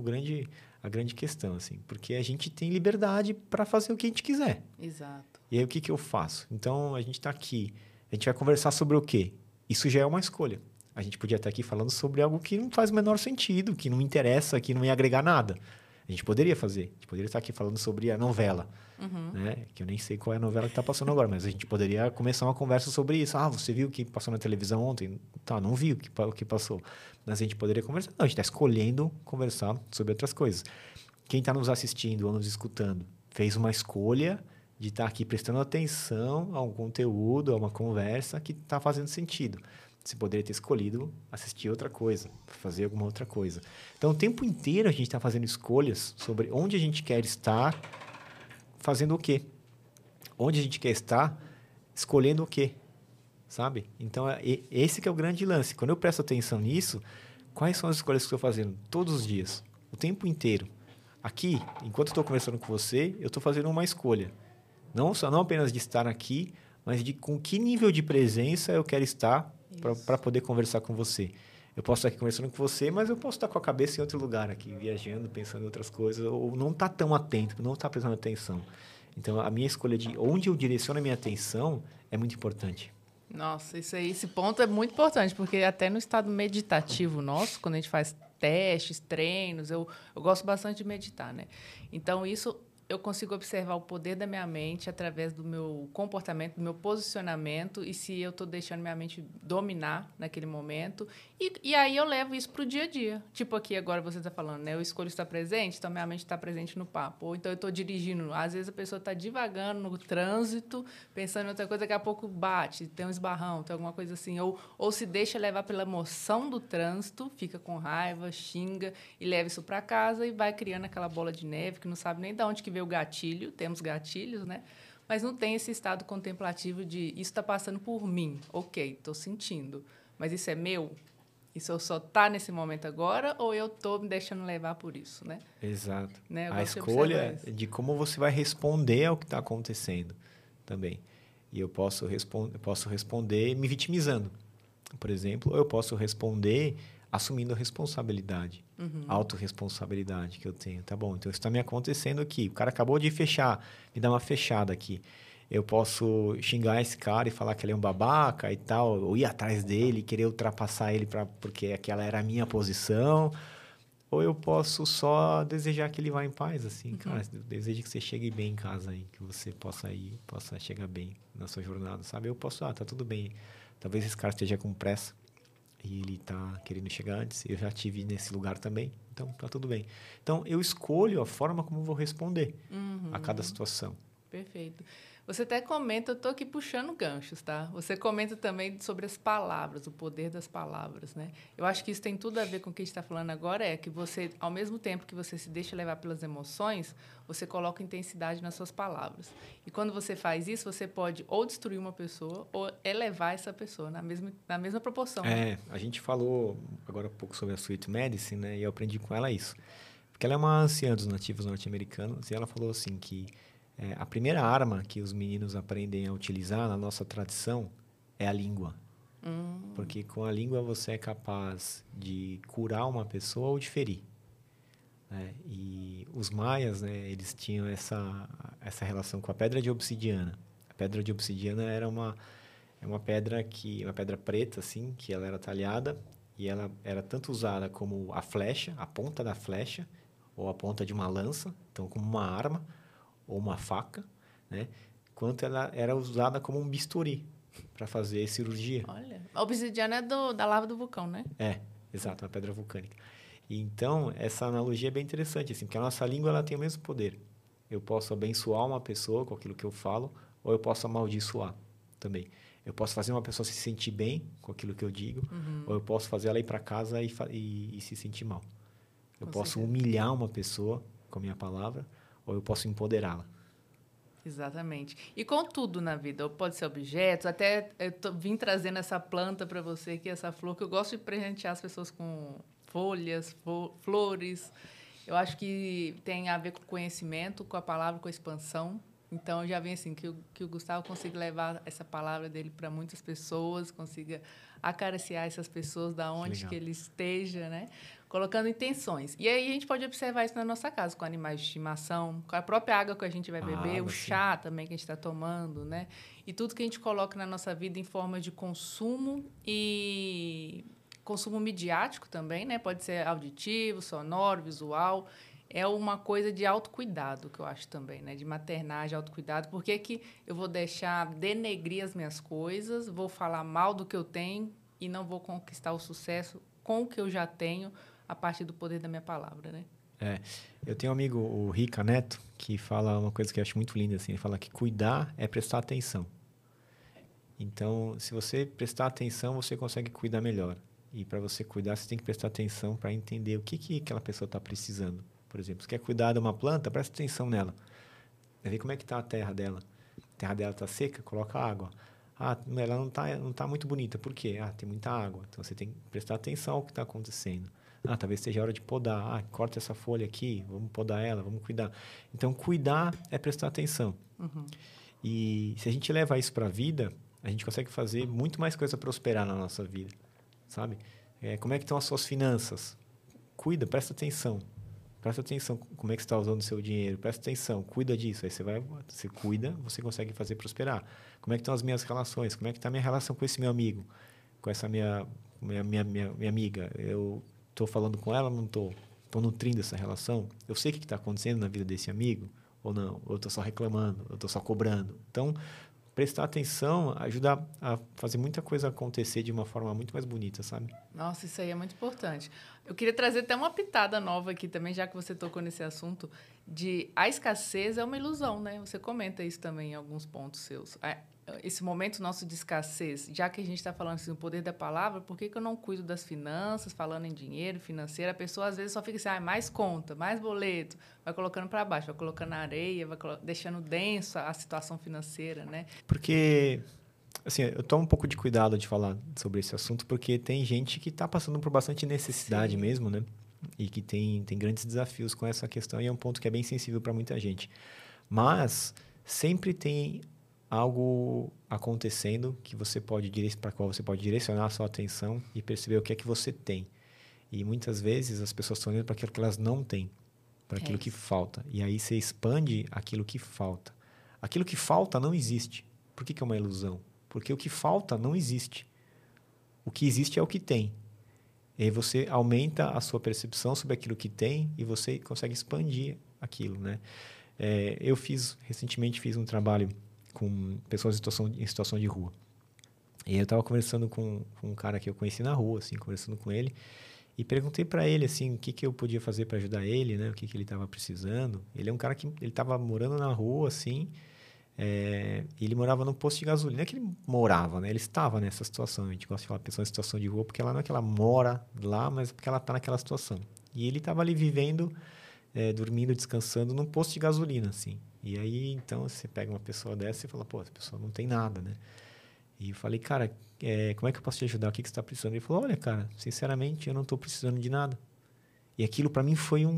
a grande questão, assim, porque a gente tem liberdade para fazer o que a gente quiser. Exato. E aí, o que eu faço? Então, a gente está aqui, a gente vai conversar sobre o quê? Isso já é uma escolha. A gente podia estar aqui falando sobre algo que não faz o menor sentido, que não interessa, que não ia agregar nada. A gente poderia fazer. A gente poderia estar aqui falando sobre a novela, né? Que eu nem sei qual é a novela que está passando agora, mas a gente poderia começar uma conversa sobre isso. Ah, você viu o que passou na televisão ontem? Tá, não vi o que passou. Mas a gente poderia conversar. Não, a gente está escolhendo conversar sobre outras coisas. Quem está nos assistindo ou nos escutando fez uma escolha de estar aqui prestando atenção a um conteúdo, a uma conversa que está fazendo sentido. Você poderia ter escolhido assistir outra coisa, fazer alguma outra coisa. Então, o tempo inteiro a gente está fazendo escolhas sobre onde a gente quer estar, fazendo o quê. Onde a gente quer estar, escolhendo o quê, sabe? Então, esse que é o grande lance. Quando eu presto atenção nisso, quais são as escolhas que eu estou fazendo todos os dias, o tempo inteiro? Aqui, enquanto estou conversando com você, eu estou fazendo uma escolha. Não apenas de estar aqui, mas de com que nível de presença eu quero estar para poder conversar com você. Eu posso estar aqui conversando com você, mas eu posso estar com a cabeça em outro lugar aqui, viajando, pensando em outras coisas, ou não estar tão atento, não estar prestando atenção. Então, a minha escolha de onde eu direciono a minha atenção é muito importante. Nossa, esse ponto é muito importante, porque até no estado meditativo nosso, quando a gente faz testes, treinos, eu gosto bastante de meditar, né? Então, isso eu consigo observar o poder da minha mente através do meu comportamento, do meu posicionamento, e se eu estou deixando minha mente dominar naquele momento. E aí eu levo isso para o dia a dia. Tipo aqui agora você está falando, né? Eu escolho estar presente, então minha mente está presente no papo. Ou então eu estou dirigindo. Às vezes a pessoa está divagando no trânsito, pensando em outra coisa, daqui a pouco bate, tem um esbarrão, tem alguma coisa assim. Ou se deixa levar pela emoção do trânsito, fica com raiva, xinga e leva isso para casa e vai criando aquela bola de neve que não sabe nem de onde que veio o gatilho. Temos gatilhos, né? Mas não tem esse estado contemplativo de isso está passando por mim. Ok, estou sentindo. Mas isso é meu? Isso eu só tá nesse momento agora ou eu estou me deixando levar por isso, né? Exato. Né? A escolha de como você vai responder ao que está acontecendo também. E eu posso responder me vitimizando, por exemplo, ou eu posso responder assumindo a responsabilidade, autorresponsabilidade que eu tenho. Tá bom, então isso está me acontecendo aqui. O cara acabou de fechar, me dá uma fechada aqui. Eu posso xingar esse cara e falar que ele é um babaca e tal, ou ir atrás dele, querer ultrapassar ele porque aquela era a minha posição, ou eu posso só desejar que ele vá em paz, assim, cara, eu desejo que você chegue bem em casa aí, que você possa chegar bem na sua jornada, sabe? Eu posso, tá tudo bem, talvez esse cara esteja com pressa e ele tá querendo chegar antes, eu já estive nesse lugar também, então tá tudo bem. Então, eu escolho a forma como vou responder a cada situação. Perfeito. Você até comenta, eu estou aqui puxando ganchos, tá? Você comenta também sobre as palavras, o poder das palavras, né? Eu acho que isso tem tudo a ver com o que a gente está falando agora, é que você, ao mesmo tempo que você se deixa levar pelas emoções, você coloca intensidade nas suas palavras. E quando você faz isso, você pode ou destruir uma pessoa ou elevar essa pessoa na mesma proporção. Né? A gente falou agora um pouco sobre a Sweet Medicine, né? E eu aprendi com ela isso. Porque ela é uma anciã dos nativos norte-americanos e ela falou assim que a primeira arma que os meninos aprendem a utilizar na nossa tradição é a língua. Porque com a língua você é capaz de curar uma pessoa ou de ferir. Né? E os maias, né, eles tinham essa relação com a pedra de obsidiana. A pedra de obsidiana era uma pedra uma pedra preta, assim, que ela era talhada e ela era tanto usada como a flecha, a ponta da flecha, ou a ponta de uma lança, então como uma arma, ou uma faca, né? Quanto ela era usada como um bisturi para fazer cirurgia. Olha, a obsidiana é da lava do vulcão, né? Exato, uma pedra vulcânica. E então, essa analogia é bem interessante, assim, porque a nossa língua ela tem o mesmo poder. Eu posso abençoar uma pessoa com aquilo que eu falo, ou eu posso amaldiçoar também. Eu posso fazer uma pessoa se sentir bem com aquilo que eu digo, ou eu posso fazer ela ir para casa e se sentir mal. Eu posso humilhar uma pessoa com a minha palavra, ou eu posso empoderá-la. Exatamente. E com tudo na vida, ou pode ser objetos, até vim trazendo essa planta para você aqui, essa flor, que eu gosto de presentear as pessoas com folhas, flores. Eu acho que tem a ver com conhecimento, com a palavra, com a expansão. Então, já vem assim, que o Gustavo consiga levar essa palavra dele para muitas pessoas, consiga acariciar essas pessoas da onde que ele esteja, né? Colocando intenções. E aí a gente pode observar isso na nossa casa, com animais de estimação, com a própria água que a gente vai beber, o chá também que a gente está tomando, né? E tudo que a gente coloca na nossa vida em forma de consumo e consumo midiático também, né? Pode ser auditivo, sonoro, visual. É uma coisa de autocuidado, que eu acho também, né? De maternagem, autocuidado. Por que que eu vou deixar denegrir as minhas coisas, vou falar mal do que eu tenho e não vou conquistar o sucesso com o que eu já tenho a partir do poder da minha palavra, né? Eu tenho um amigo, o Rica Neto, que fala uma coisa que eu acho muito linda, assim. Ele fala que cuidar é prestar atenção. Então, se você prestar atenção, você consegue cuidar melhor. E para você cuidar, você tem que prestar atenção para entender o que aquela pessoa está precisando. Por exemplo, você quer cuidar de uma planta, presta atenção nela. Vê como é que está a terra dela. A terra dela está seca, coloca água. Ela não tá muito bonita. Por quê? Tem muita água. Então, você tem que prestar atenção ao que está acontecendo. Talvez seja a hora de podar. Corta essa folha aqui, vamos podar ela, vamos cuidar. Então, cuidar é prestar atenção. E se a gente leva isso para a vida, a gente consegue fazer muito mais coisa prosperar na nossa vida, sabe? Como é que estão as suas finanças? Cuida, presta atenção. Presta atenção como é que você está usando o seu dinheiro. Presta atenção, cuida disso. Aí você cuida, você consegue fazer prosperar. Como é que estão as minhas relações? Como é que está a minha relação com esse meu amigo? Com essa minha amiga? Eu estou falando com ela ou não estou? Estou nutrindo essa relação? Eu sei o que está acontecendo na vida desse amigo ou não, ou eu estou só reclamando, ou eu estou só cobrando. Então, prestar atenção ajuda a fazer muita coisa acontecer de uma forma muito mais bonita, sabe? Nossa, isso aí é muito importante. Eu queria trazer até uma pitada nova aqui também, já que você tocou nesse assunto, de a escassez é uma ilusão, né? Você comenta isso também em alguns pontos seus. Esse momento nosso de escassez, já que a gente está falando assim, do poder da palavra, por que eu não cuido das finanças, falando em dinheiro, financeiro? A pessoa, às vezes, só fica assim, mais conta, mais boleto, vai colocando para baixo, vai colocando na areia, vai deixando denso a situação financeira, né? Porque, assim, eu tomo um pouco de cuidado de falar sobre esse assunto, porque tem gente que está passando por bastante necessidade Sim. mesmo, né? E que tem grandes desafios com essa questão, e é um ponto que é bem sensível para muita gente. Mas sempre tem algo acontecendo que você pode para qual você pode direcionar a sua atenção e perceber o que é que você tem. E muitas vezes as pessoas estão olhando para aquilo que elas não têm, para aquilo que falta. E aí você expande aquilo que falta. Aquilo que falta não existe. Por que é uma ilusão? Porque o que falta não existe. O que existe é o que tem. E aí você aumenta a sua percepção sobre aquilo que tem e você consegue expandir aquilo, né? Eu recentemente fiz um trabalho com pessoas em situação de rua. E aí eu estava conversando com um cara que eu conheci na rua, assim, conversando com ele, e perguntei para ele, assim, o que eu podia fazer para ajudar ele, né? O que ele estava precisando. Ele é um cara que ele estava morando na rua, assim, ele morava num posto de gasolina. Não é que ele morava, né? Ele estava nessa situação. A gente gosta de falar pessoa em situação de rua, porque ela não é que ela mora lá, mas porque ela está naquela situação. E ele estava ali vivendo, dormindo, descansando num posto de gasolina, assim. E aí, então, você pega uma pessoa dessa e fala, pô, essa pessoa não tem nada, né? E eu falei, cara, como é que eu posso te ajudar? O que você está precisando? Ele falou, olha, cara, sinceramente, eu não estou precisando de nada. E aquilo, para mim, foi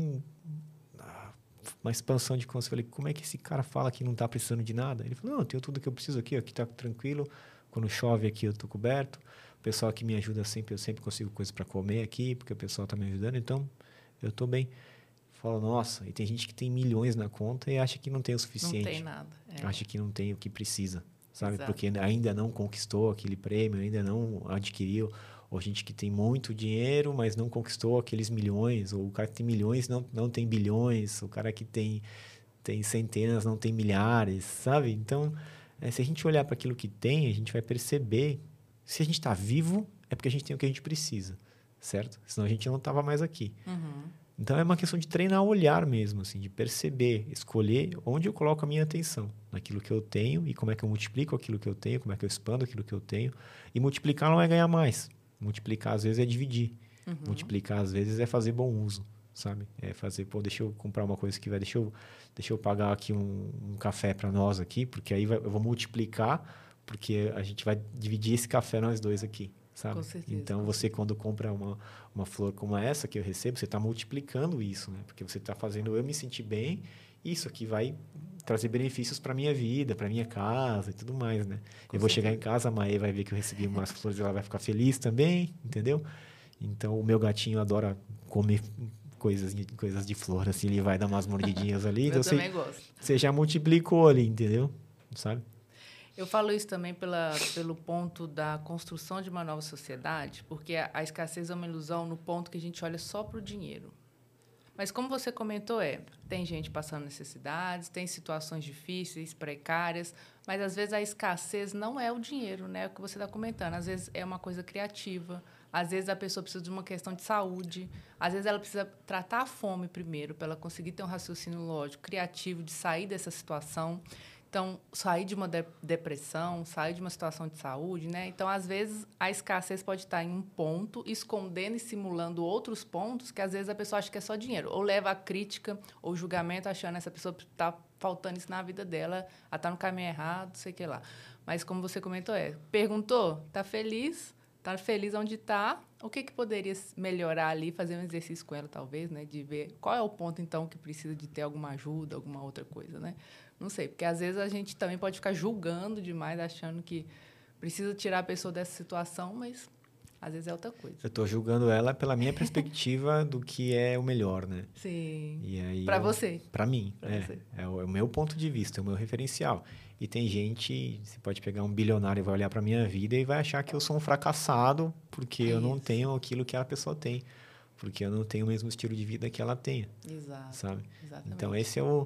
uma expansão de consciência. Eu falei, como é que esse cara fala que não está precisando de nada? Ele falou, não, eu tenho tudo que eu preciso aqui está tranquilo. Quando chove aqui, eu estou coberto. O pessoal aqui me ajuda sempre, eu sempre consigo coisa para comer aqui, porque o pessoal está me ajudando, então eu estou bem. Fala, nossa, e tem gente que tem milhões na conta e acha que não tem o suficiente. Não tem nada. Acha que não tem o que precisa, sabe? Exato. Porque ainda não conquistou aquele prêmio, ainda não adquiriu. Ou gente que tem muito dinheiro, mas não conquistou aqueles milhões. Ou o cara que tem milhões não tem bilhões. O cara que tem centenas não tem milhares, sabe? Então, se a gente olhar para aquilo que tem, a gente vai perceber. Se a gente está vivo, é porque a gente tem o que a gente precisa, certo? Senão a gente não estava mais aqui. Uhum. Então, é uma questão de treinar o olhar mesmo, assim, de perceber, escolher onde eu coloco a minha atenção, naquilo que eu tenho e como é que eu multiplico aquilo que eu tenho, como é que eu expando aquilo que eu tenho. E multiplicar não é ganhar mais. Multiplicar, às vezes, é dividir. Uhum. Multiplicar, às vezes, é fazer bom uso, sabe? É fazer, deixa eu comprar uma coisa que vai... Deixa eu pagar aqui um café para nós aqui, porque aí eu vou multiplicar, porque a gente vai dividir esse café nós dois aqui. Sabe? Com certeza. Então, você quando compra uma flor como essa que eu recebo, você está multiplicando isso, né? Porque você está fazendo eu me sentir bem, isso aqui vai trazer benefícios para minha vida, para minha casa e tudo mais, né? Eu vou chegar em casa, a Maê vai ver que eu recebi umas flores e ela vai ficar feliz também, entendeu? Então, o meu gatinho adora comer coisas de flor, assim, ele vai dar umas mordidinhas ali. Eu então, também gosto. Você já multiplicou ali, entendeu? Sabe? Eu falo isso também pelo ponto da construção de uma nova sociedade, porque a escassez é uma ilusão no ponto que a gente olha só para o dinheiro. Mas, como você comentou, tem gente passando necessidades, tem situações difíceis, precárias, mas, às vezes, a escassez não é o dinheiro, né? É o que você está comentando. Às vezes, é uma coisa criativa. Às vezes, a pessoa precisa de uma questão de saúde. Às vezes, ela precisa tratar a fome primeiro, para ela conseguir ter um raciocínio lógico, criativo, de sair dessa situação. Então, sair de uma depressão, sair de uma situação de saúde, né? Então, às vezes, a escassez pode estar em um ponto, escondendo e simulando outros pontos que, às vezes, a pessoa acha que é só dinheiro. Ou leva a crítica ou julgamento, achando que essa pessoa está faltando isso na vida dela, ela está no caminho errado, sei que lá. Mas, como você comentou, perguntou, está feliz onde está, o que poderia melhorar ali, fazer um exercício com ela, talvez, né? De ver qual é o ponto, então, que precisa de ter alguma ajuda, alguma outra coisa, né? Não sei, porque às vezes a gente também pode ficar julgando demais, achando que precisa tirar a pessoa dessa situação, mas às vezes é outra coisa. Eu estou julgando ela pela minha perspectiva do que é o melhor, né? Sim. E aí para você. Para mim, é o meu ponto de vista, é o meu referencial. E tem gente, você pode pegar um bilionário e vai olhar para minha vida e vai achar que eu sou um fracassado porque eu não tenho aquilo que a pessoa tem, porque eu não tenho o mesmo estilo de vida que ela tem. Exato. Sabe? Exatamente. Então, esse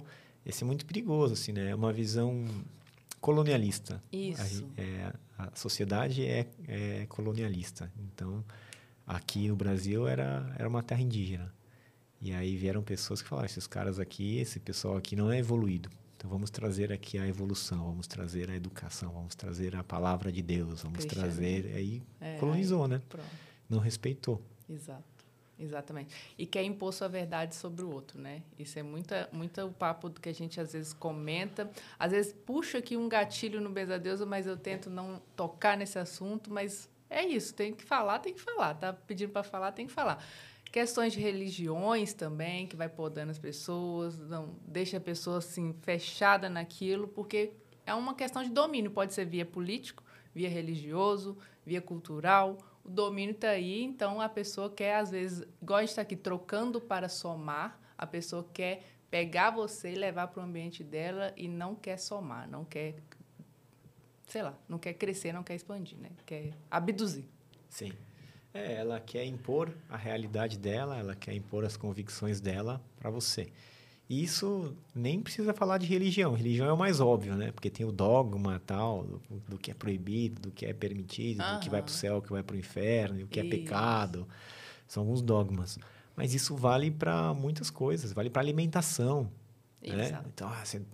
esse é muito perigoso, assim, né? É uma visão colonialista. Isso. A sociedade é colonialista. Então, aqui no Brasil era uma terra indígena. E aí vieram pessoas que falaram, esses caras aqui, esse pessoal aqui não é evoluído. Então, vamos trazer aqui a evolução, vamos trazer a educação, vamos trazer a palavra de Deus, vamos trazer... Aí colonizou, né? Pronto. Não respeitou. Exato. Exatamente. E quer impor sua verdade sobre o outro, né? Isso é muito o papo que a gente, às vezes, comenta. Às vezes, puxa aqui um gatilho no Besadeusa, mas eu tento não tocar nesse assunto. Mas é isso, tem que falar, tem que falar. Tá pedindo para falar, tem que falar. Questões de religiões também, que vai podando as pessoas, não deixa a pessoa, assim, fechada naquilo, porque é uma questão de domínio. Pode ser via político, via religioso, via cultural. O domínio está aí, então a pessoa quer, às vezes, igual a gente está aqui trocando para somar, a pessoa quer pegar você e levar para o ambiente dela e não quer somar, não quer, sei lá, não quer crescer, não quer expandir, né? Quer abduzir. Sim. Ela quer impor a realidade dela, ela quer impor as convicções dela para você. E isso nem precisa falar de religião. Religião é o mais óbvio, né? Porque tem o dogma tal, do que é proibido, do que é permitido, do que vai para o céu, do que vai para o inferno, do que é pecado. São alguns dogmas. Mas isso vale para muitas coisas. Vale para alimentação. Né? Então,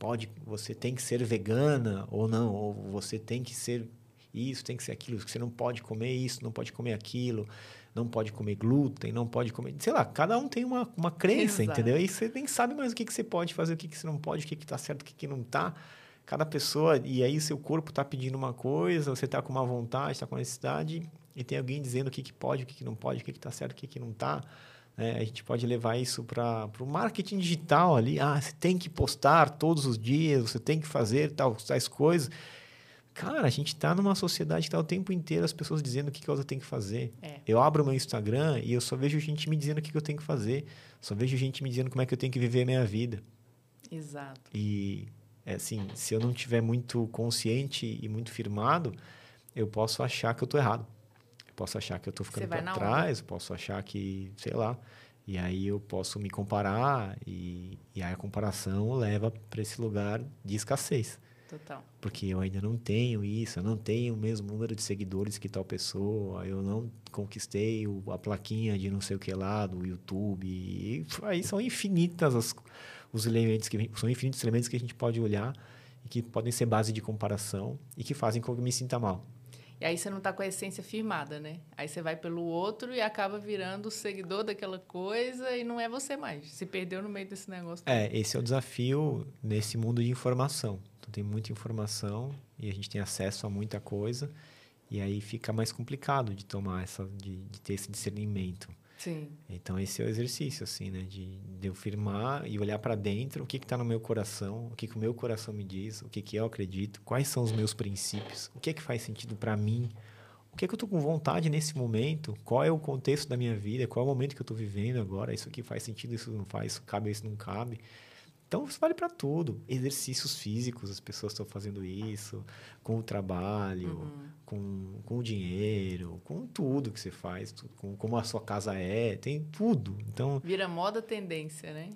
você tem que ser vegana ou não. Ou você tem que ser isso, tem que ser aquilo. Você não pode comer isso, não pode comer aquilo. Não pode comer glúten, não pode comer... Sei lá, cada um tem uma crença, entendeu? E você nem sabe mais o que você pode fazer, o que você não pode, o que está certo, o que não está. Cada pessoa... E aí, seu corpo está pedindo uma coisa, você está com uma vontade, está com uma necessidade, e tem alguém dizendo o que pode, o que não pode, o que está certo, o que não está. Né? A gente pode levar isso para o marketing digital ali. Você tem que postar todos os dias, você tem que fazer tais coisas... Cara, a gente está numa sociedade que está o tempo inteiro as pessoas dizendo o que a outra tem que fazer. Eu abro o meu Instagram e eu só vejo gente me dizendo o que eu tenho que fazer. Só vejo gente me dizendo como é que eu tenho que viver a minha vida. Exato. E, assim, se eu não estiver muito consciente e muito firmado, eu posso achar que eu estou errado. Eu posso achar que eu estou ficando para trás, eu posso achar que, sei lá... E aí eu posso me comparar e aí a comparação leva para esse lugar de escassez. Total. Porque eu ainda não tenho isso, eu não tenho o mesmo número de seguidores que tal pessoa, eu não conquistei a plaquinha de não sei o que lá do YouTube. E aí são infinitas os elementos são infinitos elementos que a gente pode olhar e que podem ser base de comparação e que fazem com que eu me sinta mal. E aí você não está com a essência firmada, né? Aí você vai pelo outro e acaba virando o seguidor daquela coisa e não é você mais. Se perdeu no meio desse negócio. Esse é o desafio nesse mundo de informação. Então, tem muita informação e a gente tem acesso a muita coisa e aí fica mais complicado de tomar de ter esse discernimento. Sim. Então, esse é o exercício, assim, né? De eu firmar e olhar para dentro o que está no meu coração, o que o meu coração me diz, o que eu acredito, quais são os meus princípios, o que faz sentido para mim, o que eu estou com vontade nesse momento, qual é o contexto da minha vida, qual é o momento que eu estou vivendo agora, isso aqui faz sentido, isso não faz, isso cabe, isso não cabe. Então, isso vale para tudo. Exercícios físicos, as pessoas estão fazendo isso, com o trabalho, com o dinheiro, com tudo que você faz, com como a sua casa tem tudo. Então, vira moda tendência, né?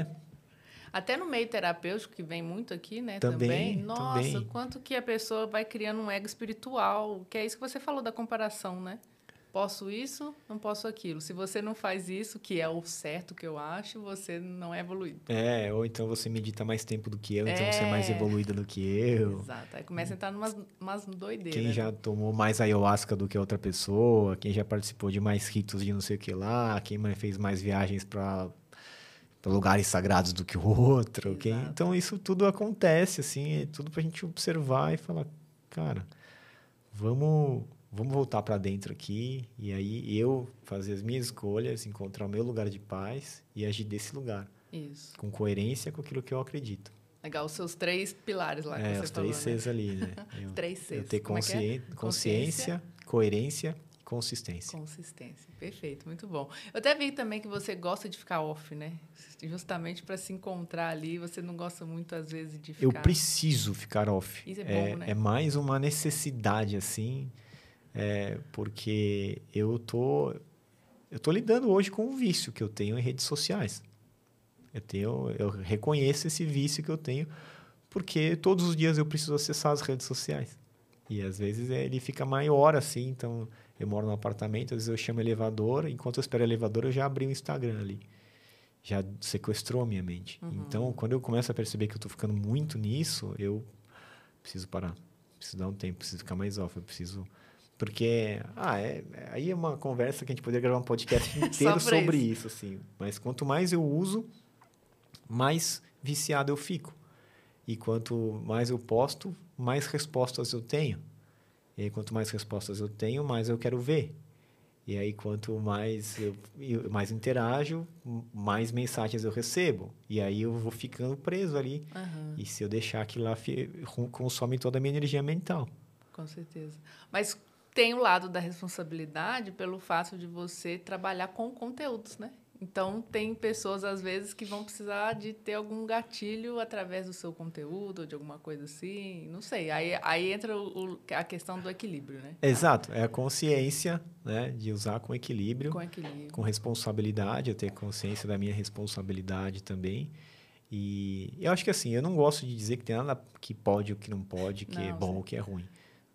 Até no meio terapêutico, que vem muito aqui, né? Também. Nossa, quanto que a pessoa vai criando um ego espiritual, que é isso que você falou da comparação, né? Posso isso, não posso aquilo. Se você não faz isso, que é o certo que eu acho, você não é evoluído. Ou então você medita mais tempo do que eu, então você é mais evoluída do que eu. Exato. Aí começa a entrar numas doideiras. Quem já tomou mais ayahuasca do que outra pessoa, quem já participou de mais ritos de não sei o que lá, quem fez mais viagens para lugares sagrados do que o outro. Então, isso tudo acontece, assim, é tudo pra gente observar e falar, cara, vamos voltar para dentro aqui e aí eu fazer as minhas escolhas, encontrar o meu lugar de paz e agir desse lugar. Isso. Com coerência com aquilo que eu acredito. Legal, os seus 3 pilares lá que você falou, os 3 Cs ali, né? 3 Cs. Eu ter consciência, coerência e consistência. Consistência, perfeito, muito bom. Eu até vi também que você gosta de ficar off, né? Justamente para se encontrar ali, você não gosta muito, às vezes, de ficar... Eu preciso ficar off. Isso é bom, né? É mais uma necessidade, assim... porque eu tô lidando hoje com o vício que eu tenho em redes sociais. Eu reconheço esse vício que eu tenho, porque todos os dias eu preciso acessar as redes sociais. E às vezes ele fica maior assim, então eu moro num apartamento, às vezes eu chamo elevador, enquanto eu espero o elevador eu já abri o Instagram ali. Já sequestrou a minha mente. Então, quando eu começo a perceber que eu estou ficando muito nisso, eu preciso parar. Preciso dar um tempo, preciso ficar mais off, eu preciso... Porque, aí é uma conversa que a gente poderia gravar um podcast inteiro sobre isso, assim. Mas quanto mais eu uso, mais viciado eu fico. E quanto mais eu posto, mais respostas eu tenho. E aí, quanto mais respostas eu tenho, mais eu quero ver. E aí, quanto mais eu mais interajo, mais mensagens eu recebo. E aí, eu vou ficando preso ali. E se eu deixar aquilo lá, consome toda a minha energia mental. Com certeza. Mas tem o lado da responsabilidade pelo fato de você trabalhar com conteúdos, né? Então, tem pessoas, às vezes, que vão precisar de ter algum gatilho através do seu conteúdo ou de alguma coisa assim. Não sei. Aí entra a questão do equilíbrio, né? Exato. É a consciência, né, de usar com equilíbrio. Com equilíbrio. Com responsabilidade. Eu ter consciência da minha responsabilidade também. E eu acho que, assim, eu não gosto de dizer que tem nada que pode ou que não pode, que é bom ou que é ruim.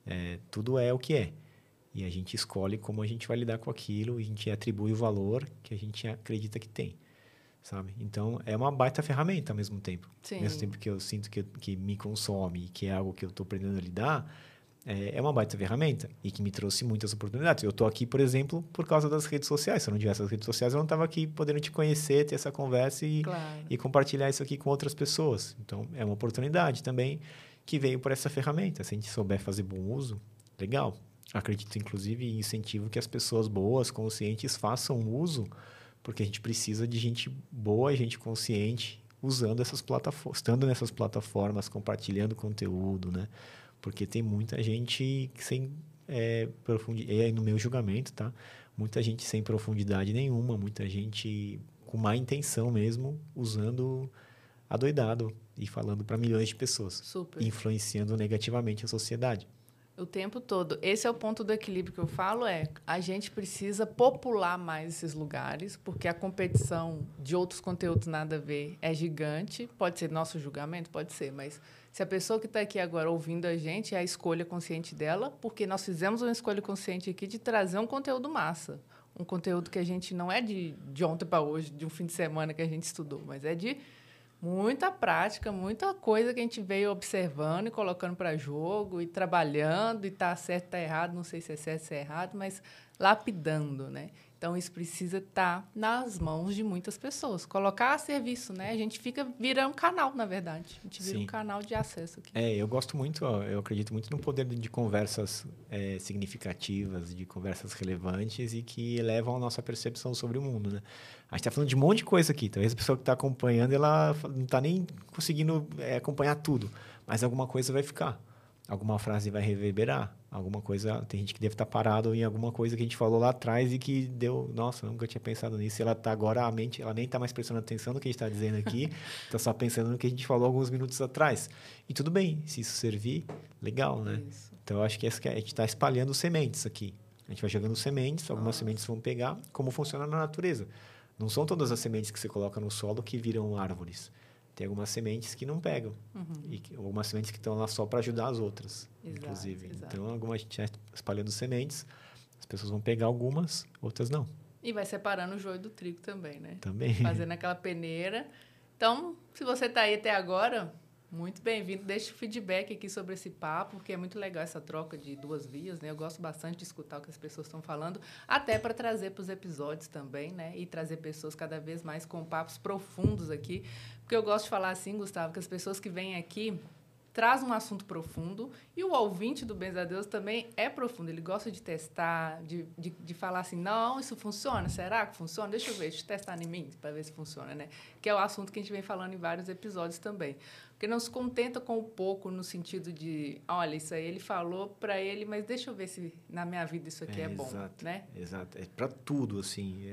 Tudo é o que é. E a gente escolhe como a gente vai lidar com aquilo, e a gente atribui o valor que a gente acredita que tem, sabe? Então, é uma baita ferramenta ao mesmo tempo. Sim. Ao mesmo tempo que eu sinto que me consome, que é algo que eu estou aprendendo a lidar, é uma baita ferramenta e que me trouxe muitas oportunidades. Eu estou aqui, por exemplo, por causa das redes sociais. Se eu não tivesse as redes sociais, eu não estava aqui podendo te conhecer, ter essa conversa e compartilhar isso aqui com outras pessoas. Então, é uma oportunidade também que veio por essa ferramenta. Se a gente souber fazer bom uso, legal. Acredito, inclusive, em incentivo que as pessoas boas, conscientes, façam uso, porque a gente precisa de gente boa, gente consciente, usando essas plataformas, estando nessas plataformas, compartilhando conteúdo, né? Porque tem muita gente sem profundidade, e aí no meu julgamento, tá? Muita gente sem profundidade nenhuma, muita gente com má intenção mesmo, usando adoidado e falando para milhões de pessoas. Super. Influenciando negativamente a sociedade. O tempo todo. Esse é o ponto do equilíbrio que eu falo, a gente precisa popular mais esses lugares, porque a competição de outros conteúdos nada a ver é gigante. Pode ser nosso julgamento? Pode ser, mas se a pessoa que está aqui agora ouvindo a gente é a escolha consciente dela, porque nós fizemos uma escolha consciente aqui de trazer um conteúdo massa. Um conteúdo que a gente não é de ontem para hoje, de um fim de semana que a gente estudou, mas é de muita prática, muita coisa que a gente veio observando e colocando para jogo e trabalhando, e está certo, está errado, não sei se é certo, se é errado, mas lapidando, né? Então, isso precisa estar nas mãos de muitas pessoas. Colocar a serviço, né? A gente vira um canal, na verdade. A gente vira um canal de acesso aqui. Eu gosto muito, eu acredito muito no poder de conversas significativas, de conversas relevantes e que elevam a nossa percepção sobre o mundo, né? A gente está falando de um monte de coisa aqui. Talvez a pessoa que está acompanhando, ela não está nem conseguindo acompanhar tudo. Mas alguma coisa vai ficar. Alguma frase vai reverberar. Alguma coisa... Tem gente que deve estar parado em alguma coisa que a gente falou lá atrás e que deu... Nossa, nunca tinha pensado nisso. E ela está agora... A mente, ela nem está mais prestando atenção no que a gente está dizendo aqui. Está só pensando no que a gente falou alguns minutos atrás. E tudo bem. Se isso servir, legal, né? Isso. Então, eu acho que a gente está espalhando sementes aqui. A gente vai jogando sementes. Algumas sementes vão pegar. Como funciona na natureza. Não são todas as sementes que você coloca no solo que viram árvores. Tem algumas sementes que não pegam. E algumas sementes que estão lá só para ajudar as outras, inclusive. Exato. Então, a gente está espalhando sementes. As pessoas vão pegar algumas, outras não. E vai separando o joio do trigo também, né? Também. Fazendo aquela peneira. Então, se você está aí até agora, muito bem-vindo. Deixe o feedback aqui sobre esse papo, porque é muito legal essa troca de duas vias, né? Eu gosto bastante de escutar o que as pessoas estão falando, até para trazer para os episódios também, né? E trazer pessoas cada vez mais com papos profundos aqui. Porque eu gosto de falar assim, Gustavo, que as pessoas que vêm aqui traz um assunto profundo e o ouvinte do Bens a Deus também é profundo. Ele gosta de testar, de falar assim, não, isso funciona? Será que funciona? Deixa eu ver, deixa eu testar em mim para ver se funciona, né? Que é o assunto que a gente vem falando em vários episódios também. Porque não se contenta com o pouco no sentido de, olha, isso aí ele falou para ele, mas deixa eu ver se na minha vida isso aqui é bom, exato, né? Exato. É para tudo, assim.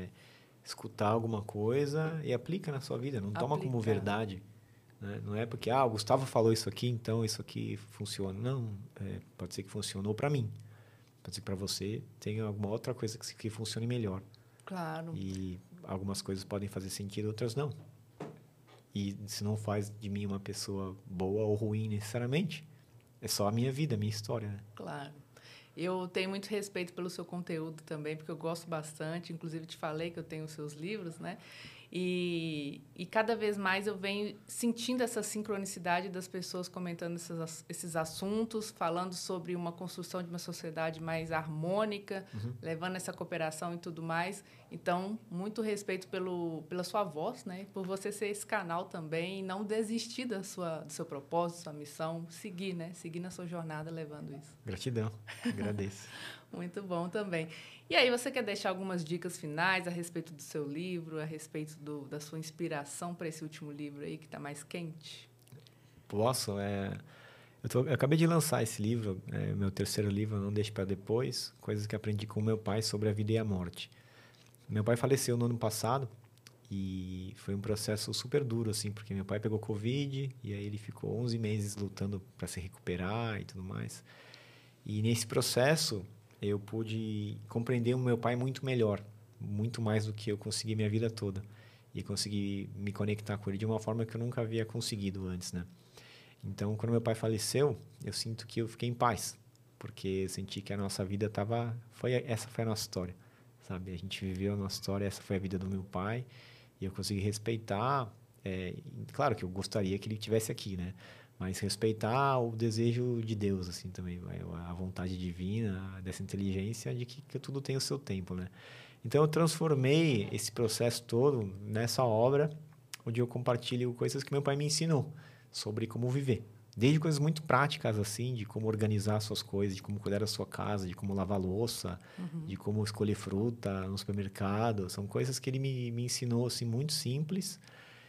Escutar alguma coisa e aplica na sua vida. Não toma como verdade. Né? Não é porque, o Gustavo falou isso aqui, então isso aqui funciona. Não, pode ser que funcionou para mim. Pode ser que para você tenha alguma outra coisa que funcione melhor. Claro. E algumas coisas podem fazer sentido, outras não. E isso não faz de mim uma pessoa boa ou ruim necessariamente. É só a minha vida, a minha história, né? Claro. Eu tenho muito respeito pelo seu conteúdo também, porque eu gosto bastante. Inclusive, te falei que eu tenho os seus livros, né? E cada vez mais eu venho sentindo essa sincronicidade das pessoas comentando esses assuntos, falando sobre uma construção de uma sociedade mais harmônica, levando essa cooperação e tudo mais. Então, muito respeito pela sua voz, né? Por você ser esse canal também e não desistir do seu propósito, sua missão, seguir, né? Seguir na sua jornada levando isso. Gratidão, agradeço. Muito bom também. E aí, você quer deixar algumas dicas finais a respeito do seu livro, a respeito da sua inspiração para esse último livro aí, que está mais quente? Posso? Eu acabei de lançar esse livro, meu terceiro livro, Não Deixe para Depois, coisas que aprendi com meu pai sobre a vida e a morte. Meu pai faleceu no ano passado e foi um processo super duro, assim, porque meu pai pegou Covid e aí ele ficou 11 meses lutando para se recuperar e tudo mais. E nesse processo eu pude compreender o meu pai muito melhor, muito mais do que eu consegui minha vida toda. E consegui me conectar com ele de uma forma que eu nunca havia conseguido antes, né? Então, quando meu pai faleceu, eu sinto que eu fiquei em paz, porque eu senti que a nossa vida essa foi a nossa história, sabe? A gente viveu a nossa história, essa foi a vida do meu pai, e eu consegui respeitar. Claro que eu gostaria que ele estivesse aqui, né? Mas respeitar o desejo de Deus, assim, também, a vontade divina, dessa inteligência de que tudo tem o seu tempo, né? Então, eu transformei esse processo todo nessa obra, onde eu compartilho coisas que meu pai me ensinou sobre como viver. Desde coisas muito práticas, assim, de como organizar suas coisas, de como cuidar da sua casa, de como lavar louça, de como escolher fruta no supermercado. São coisas que ele me ensinou, assim, muito simples.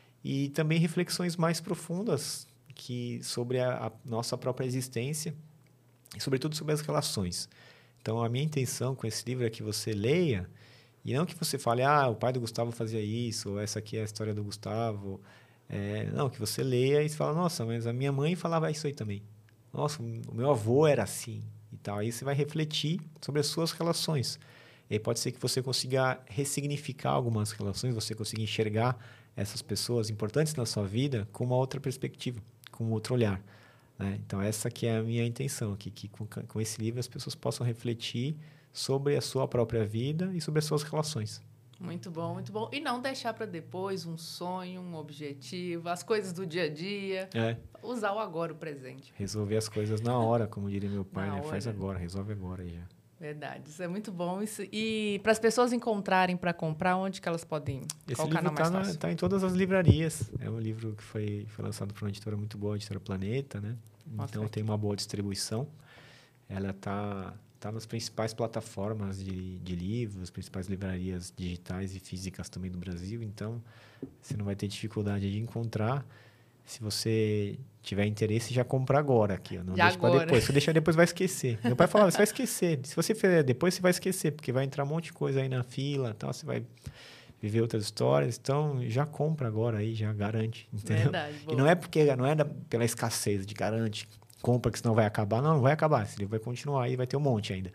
E também reflexões mais profundas sobre a nossa própria existência e, sobretudo, sobre as relações. Então, a minha intenção com esse livro é que você leia e não que você fale, o pai do Gustavo fazia isso, ou essa aqui é a história do Gustavo. Não, que você leia e fala, nossa, mas a minha mãe falava isso aí também. Nossa, o meu avô era assim e tal. Aí você vai refletir sobre as suas relações. E aí pode ser que você consiga ressignificar algumas relações, você consiga enxergar essas pessoas importantes na sua vida com uma outra perspectiva, com um outro olhar, né? Então, essa que é a minha intenção aqui, que com esse livro as pessoas possam refletir sobre a sua própria vida e sobre as suas relações. Muito bom, muito bom. E não deixar para depois um sonho, um objetivo, as coisas do dia a dia. Usar o agora, o presente. Resolver as coisas na hora, como diria meu pai, né? Hora. Faz agora, resolve agora aí já. Verdade, isso é muito bom. E para as pessoas encontrarem para comprar, onde que elas podem? Esse livro está em todas as livrarias. É um livro que foi lançado por uma editora muito boa, a editora Planeta, né? Então tem uma boa distribuição. Ela está nas principais plataformas de livros, principais livrarias digitais e físicas também do Brasil. Então, você não vai ter dificuldade de encontrar. Se você tiver interesse, já compra agora aqui. Não deixa para depois. Se deixar depois, vai esquecer. Meu pai falava, você vai esquecer. Se você fizer depois, você vai esquecer, porque vai entrar um monte de coisa aí na fila, tal, você vai viver outras histórias. Então, já compra agora aí, já garante. Entendeu? Verdade, e não é pela escassez de garante, compra que senão vai acabar. Não vai acabar. Esse livro vai continuar e vai ter um monte ainda.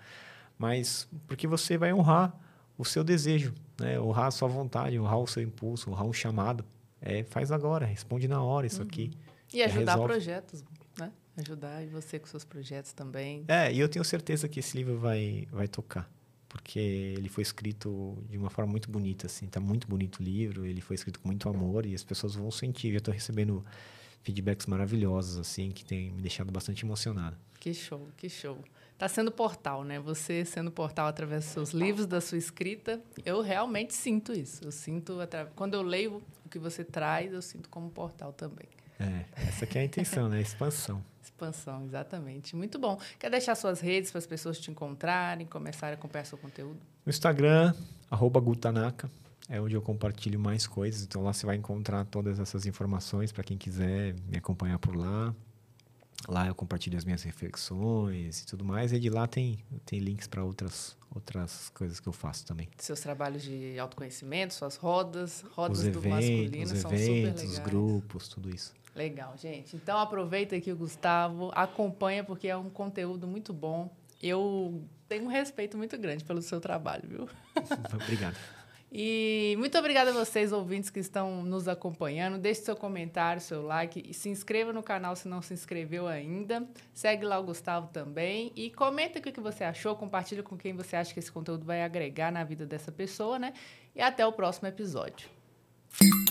Mas porque você vai honrar o seu desejo, né? Honrar a sua vontade, honrar o seu impulso, honrar um chamado. Faz agora, responde na hora isso aqui. E ajudar projetos, né? Ajudar você com seus projetos também. E eu tenho certeza que esse livro vai tocar. Porque ele foi escrito de uma forma muito bonita, assim. Tá muito bonito o livro, ele foi escrito com muito amor e as pessoas vão sentir. Eu estou recebendo feedbacks maravilhosos, assim, que tem me deixado bastante emocionado. Que show, que show. Está sendo portal, né? Você sendo portal através dos seus livros, da sua escrita. Eu realmente sinto isso. Eu sinto, quando eu leio o que você traz, eu sinto como portal também. Essa que é a intenção, né? Expansão. Expansão, exatamente. Muito bom. Quer deixar suas redes para as pessoas te encontrarem, começarem a acompanhar seu conteúdo? No Instagram, @gutanaka, é onde eu compartilho mais coisas. Então, lá você vai encontrar todas essas informações para quem quiser me acompanhar por lá. Lá eu compartilho as minhas reflexões e tudo mais. E de lá tem links para outras coisas que eu faço também. Seus trabalhos de autoconhecimento, suas rodas os do masculino são super legais. Os grupos, tudo isso. Legal, gente. Então, aproveita aqui o Gustavo, acompanha, porque é um conteúdo muito bom. Eu tenho um respeito muito grande pelo seu trabalho, viu? Obrigado. E muito obrigada a vocês, ouvintes, que estão nos acompanhando. Deixe seu comentário, seu like. E se inscreva no canal se não se inscreveu ainda. Segue lá o Gustavo também. E comenta o que você achou. Compartilha com quem você acha que esse conteúdo vai agregar na vida dessa pessoa, né? E até o próximo episódio.